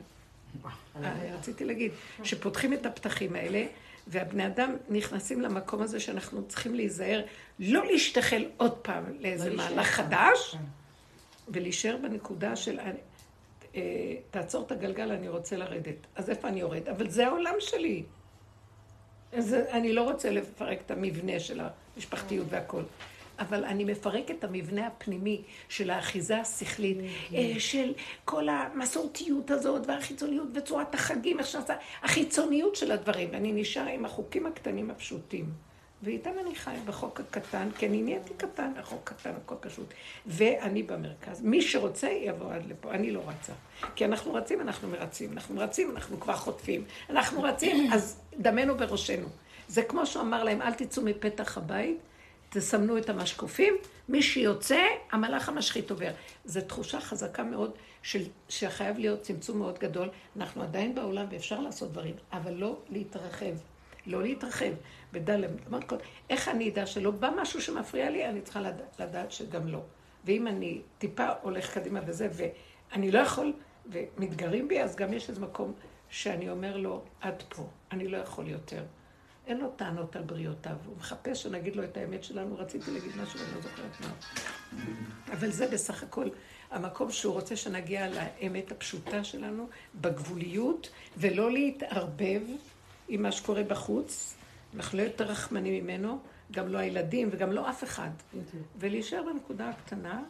רציתי להגיד, שפותחים את הפתחים האלה, והבני אדם נכנסים למקום הזה שאנחנו צריכים להיזהר, לא להשתחל עוד פעם לאיזה מהלך חדש, ולהישאר בנקודה של, תעצור את הגלגל, אני רוצה לרדת. אז איפה אני יורד? אבל זה העולם שלי. אני לא רוצה לפרק את המבנה של המשפחתיות והכל. אבל אני מפרק את המבנה הפנימי של האחיזה השכלית, של כל המסורתיות הזאת והחיצוניות וצורת החגים, החיצוניות של הדברים. ואני נשאר עם החוקים הקטנים הפשוטים. ואיתם אני חי בחוק הקטן, כי אני נהייתי קטן, החוק קטן, הכל פשוט. ואני במרכז. מי שרוצה יבוא עד לפה, אני לא רצה. כי אנחנו רצים, אנחנו מרצים, אנחנו כבר חוטפים. אנחנו רצים, אז דמנו בראשנו. זה כמו שהוא אמר להם, אל תצאו מפתח הבית, תסמנו את המשקופים, מי שיוצא, המלאך המשחית עובר. זו תחושה חזקה מאוד שחייב להיות צמצום מאוד גדול. אנחנו עדיין בעולם ואפשר לעשות דברים, אבל לא להתרחב. בדלם, איך אני אדע שלא בא משהו שמפריע לי, אני צריכה לדעת שגם לא. ואם אני טיפה הולך קדימה בזה, ואני לא יכול, ומתגרים בי, אז גם יש איזה מקום שאני אומר לו, עד פה, אני לא יכול יותר. אין לו טענות על בריאותיו, הוא מחפש שנגיד לו את האמת שלנו, רציתי להגיד משהו, אני לא זוכרת מה. אבל זה בסך הכל המקום שהוא רוצה שנגיע לאמת הפשוטה שלנו, בגבוליות, ולא להתערבב עם מה שקורה בחוץ, אנחנו לא יותר רחמנים ממנו, גם לא הילדים וגם לא אף אחד. ולהישאר בנקודה הקטנה,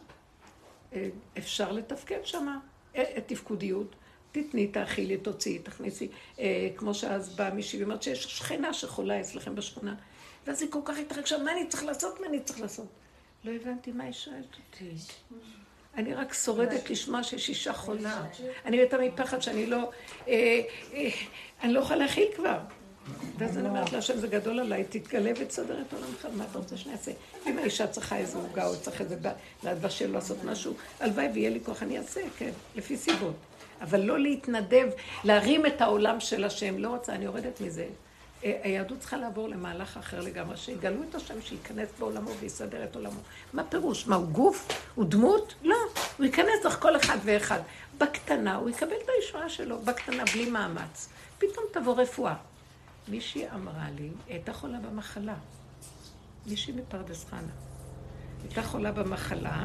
אפשר לתפקד שמה, תפקודיות, תתני, תאכילי, תוציאי, תכניסי, כמו שאז באה מישהי ואומרת שיש שכנה שחולה אצלכם בשכונה, ואז היא כל כך התרגשה, מה אני צריך לעשות? לא הבנתי מה היא שואלת אותי. אני רק שורדת לשמוע שיש אישה חולה. אני מתה מפחד שאני לא אוכל להכיל כבר. ואז אני אומרת לה, זה גדול עליי, תתגלה ותסדר את עולמך, מה אתה רוצה שאני אעשה? אם האישה צריכה איזה עוגה או צריך איזה לבשל לעשות משהו, הלוואי ויהיה לי כוח, אני אעשה, כן, לפי סיבות. אבל לא להתנדב, להרים את העולם של השם, לא רוצה, אני יורדת מזה. היהדות צריכה לעבור למהלך אחר לגמרי, שיגלו את השם שייכנס בעולמו ויסדר את עולמו. מה פירוש? מה, הוא גוף? הוא דמות? לא. הוא ייכנס לך כל אחד ואחד. בקטנה, הוא יקבל את הישועה שלו, בקטנה, בלי מאמץ. פתאום תבוא רפואה. מישהי אמרה לי, הייתה חולה במחלה. מישהי מפרדס חנה. הייתה חולה במחלה,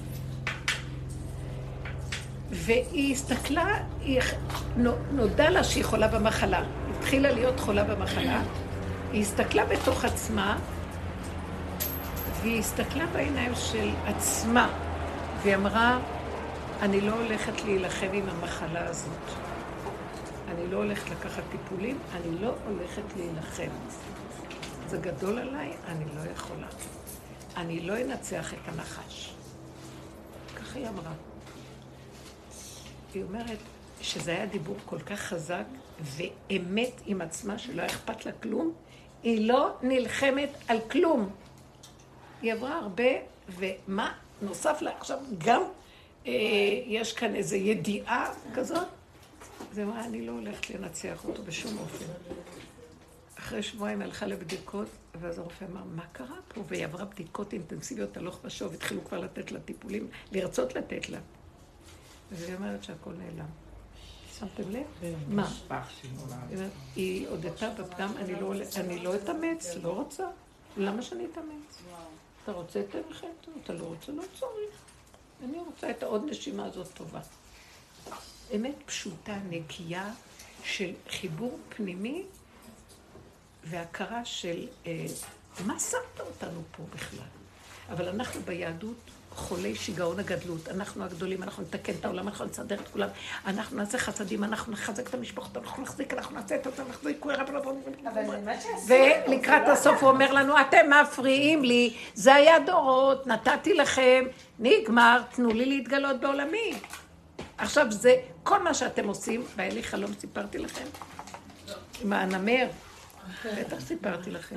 והיא הסתכלה, נודע לה שהיא חולה במחלה. התחילה להיות חולה במחלה, היא הסתכלה בתוך עצמה, והיא הסתכלה בעיניים של עצמה, והיא אמרה, אני לא הולכת להילחם עם המחלה הזאת. אני לא הולכת לקחת טיפולים, אני לא הולכת להילחם. זה גדול עליי, אני לא יכולה. אני לא אנצח את הנחש. ככה היא אמרה. היא אומרת שזה היה דיבור כל כך חזק ואמת עם עצמה שלא אכפת לה כלום. היא לא נלחמת על כלום. היא עברה הרבה, ומה נוסף לה עכשיו גם יש כאן איזו ידיעה כזאת. זה אמרה, אני לא הולכת לנצח אותו בשום אופן. אחרי שבועיים הלכה לבדיקות, ואז הרופא אמר, מה קרה פה? והיא עברה בדיקות אינטנסיביות הלוך ושוב, התחילו כבר לתת לה טיפולים, לרצות לתת לה. והיא אומרת שהכל נעלם. שמתם לב? מה? היא הודתה בפגם, אני לא אתאמץ, לא רוצה. למה שאני אתאמץ? אתה רוצה את המחם? אתה לא רוצה, לא צריך. אני רוצה את העוד נשימה הזאת טובה. אמת פשוטה, נקייה של חיבור פנימי והכרה של מה שמת אותנו פה בכלל. אבל אנחנו ביהדות חולי שיגעון הגדלות, אנחנו הגדולים, אנחנו נתקן את העולם, אנחנו נסדר את כולם, אנחנו נעשה חסדים, אנחנו נחזק את המשפחות, אנחנו נחזיק, אנחנו נעשה את זה, אנחנו נחזיק כוי רב, ולקראת הסוף הוא אומר לנו, אתם מפריעים לי, זה היה דורות, נתתי לכם, נגמר, תנו לי להתגלות בעולמי. עכשיו זה כל מה שאתם עושים, והיה לי חלום, סיפרתי לכם, עם הנמר, בטח סיפרתי לכם.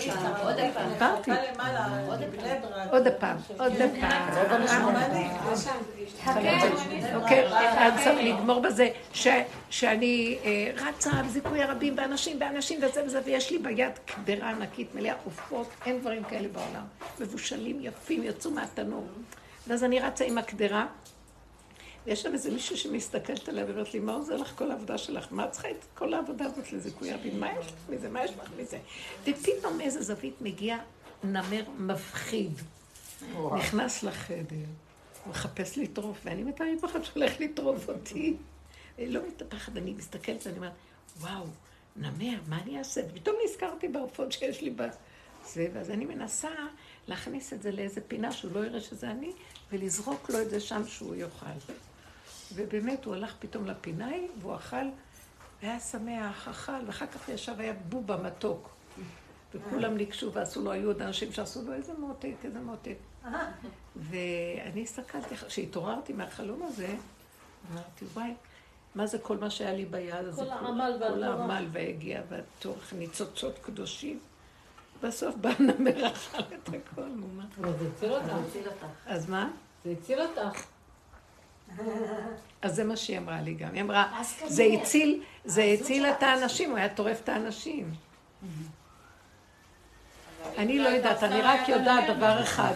עוד הפעם. אוקיי, אז נגמור בזה שאני רצה בזיכוי הרבים באנשים וזה, ויש לי ביד קדרה ענקית מלאה עופות, אין דברים כאלה בעולם. מבושלים יפים, יצאו מהתנור. ואז אני רצה עם הקדרה, ויש שם איזה מישהו שמסתכלת עליה ואומרת לי, מה עוזר לך כל העבודה שלך? מה צריכה את כל העבודה הזאת לזיכוי הרבים? מה יש לך מזה? מה יש לך מזה? ופתאום איזה זווית מגיע נמר מפחיד. נכנס לחדר, מחפש לטרוף, ואני מתארי פחד שהולך לטרוף אותי. לא מתפחד, אני מסתכלת, אני אומרת, וואו, נמר, מה אני אעשה? ופתאום נזכרתי בעופות שיש לי בזה, ואז אני מנסה להכניס את זה לאיזה פינה שהוא לא יראה שזה אני, ולזרוק לו את זה שם שהוא יאכל. ובאמת הוא הלך פתאום לפיני, והוא אכל, והיה שמח, אכל, ואחר כך ישב, היה בובה מתוק. וכולם ניגשו ועשו לו, היו עוד אנשים שעשו לו איזה מותק. ואני הסתכלתי, כשהתעוררתי מהחלום הזה, אמרתי, וואי, מה זה כל מה שהיה לי ביד הזה? כל העמל והגיע, והתורך ניצוצות קדושים. בסוף בא נמר אכל את הכל, מה? אבל זה הציל אותך. אז מה? זה הציל אותך. אז זה מה שהיא אמרה לי גם. היא אמרה, זה הציל את האנשים, הוא היה טורף את האנשים. אני לא יודעת, אני רק יודעת דבר אחד.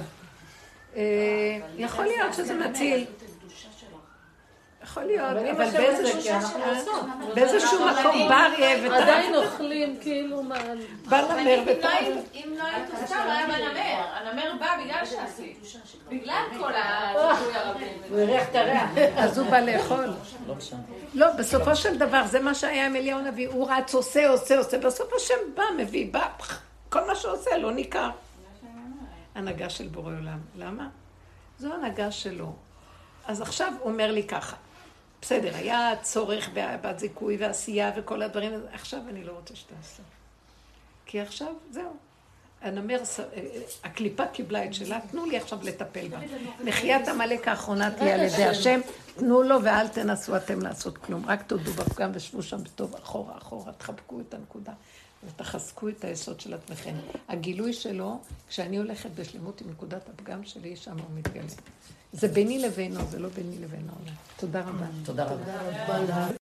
יכול להיות שזה מציל. יכול להיות, אבל באיזשהו מקום בא אריה וטרף. עדיין אוכלים כאילו מה... בא נמר וטרף. אם לא היית סתם, היה בנמר. הנמר בא בגלל שעשית. בגלל כל הזיכוי הרבים. הוא הריח את הריח. אז הוא בא לאכול. לא, בסופו של דבר, זה מה שהיה עם אליהו הנביא. הוא רץ, עושה. בסוף השם בא, מביא, בא. כל מה שעושה לא ניכר. הנהגה של בורא עולם. למה? זו הנהגה שלו. אז עכשיו הוא אומר לי ככה. בסדר, היה צורך בת זיכוי ועשייה וכל הדברים, עכשיו אני לא רוצה שתעשה. כי עכשיו, זהו. הנמר, הקליפה קיבלה את שלה, תנו לי עכשיו לטפל בה. מחיית המלאק האחרונה תהיה על ידי השם, תנו לו ואל תנסו אתם לעשות כלום. רק תודו בפגם ושבו שם בטוב אחורה, תחבקו את הנקודה ותחזקו את היסוד של עצמכם. הגילוי שלו, כשאני הולכת בשלמות עם נקודת הפגם שלי, שם הוא מתגלה. זה ביני לבינו, זה לא ביני לבינו. תודה רבה. תודה רבה.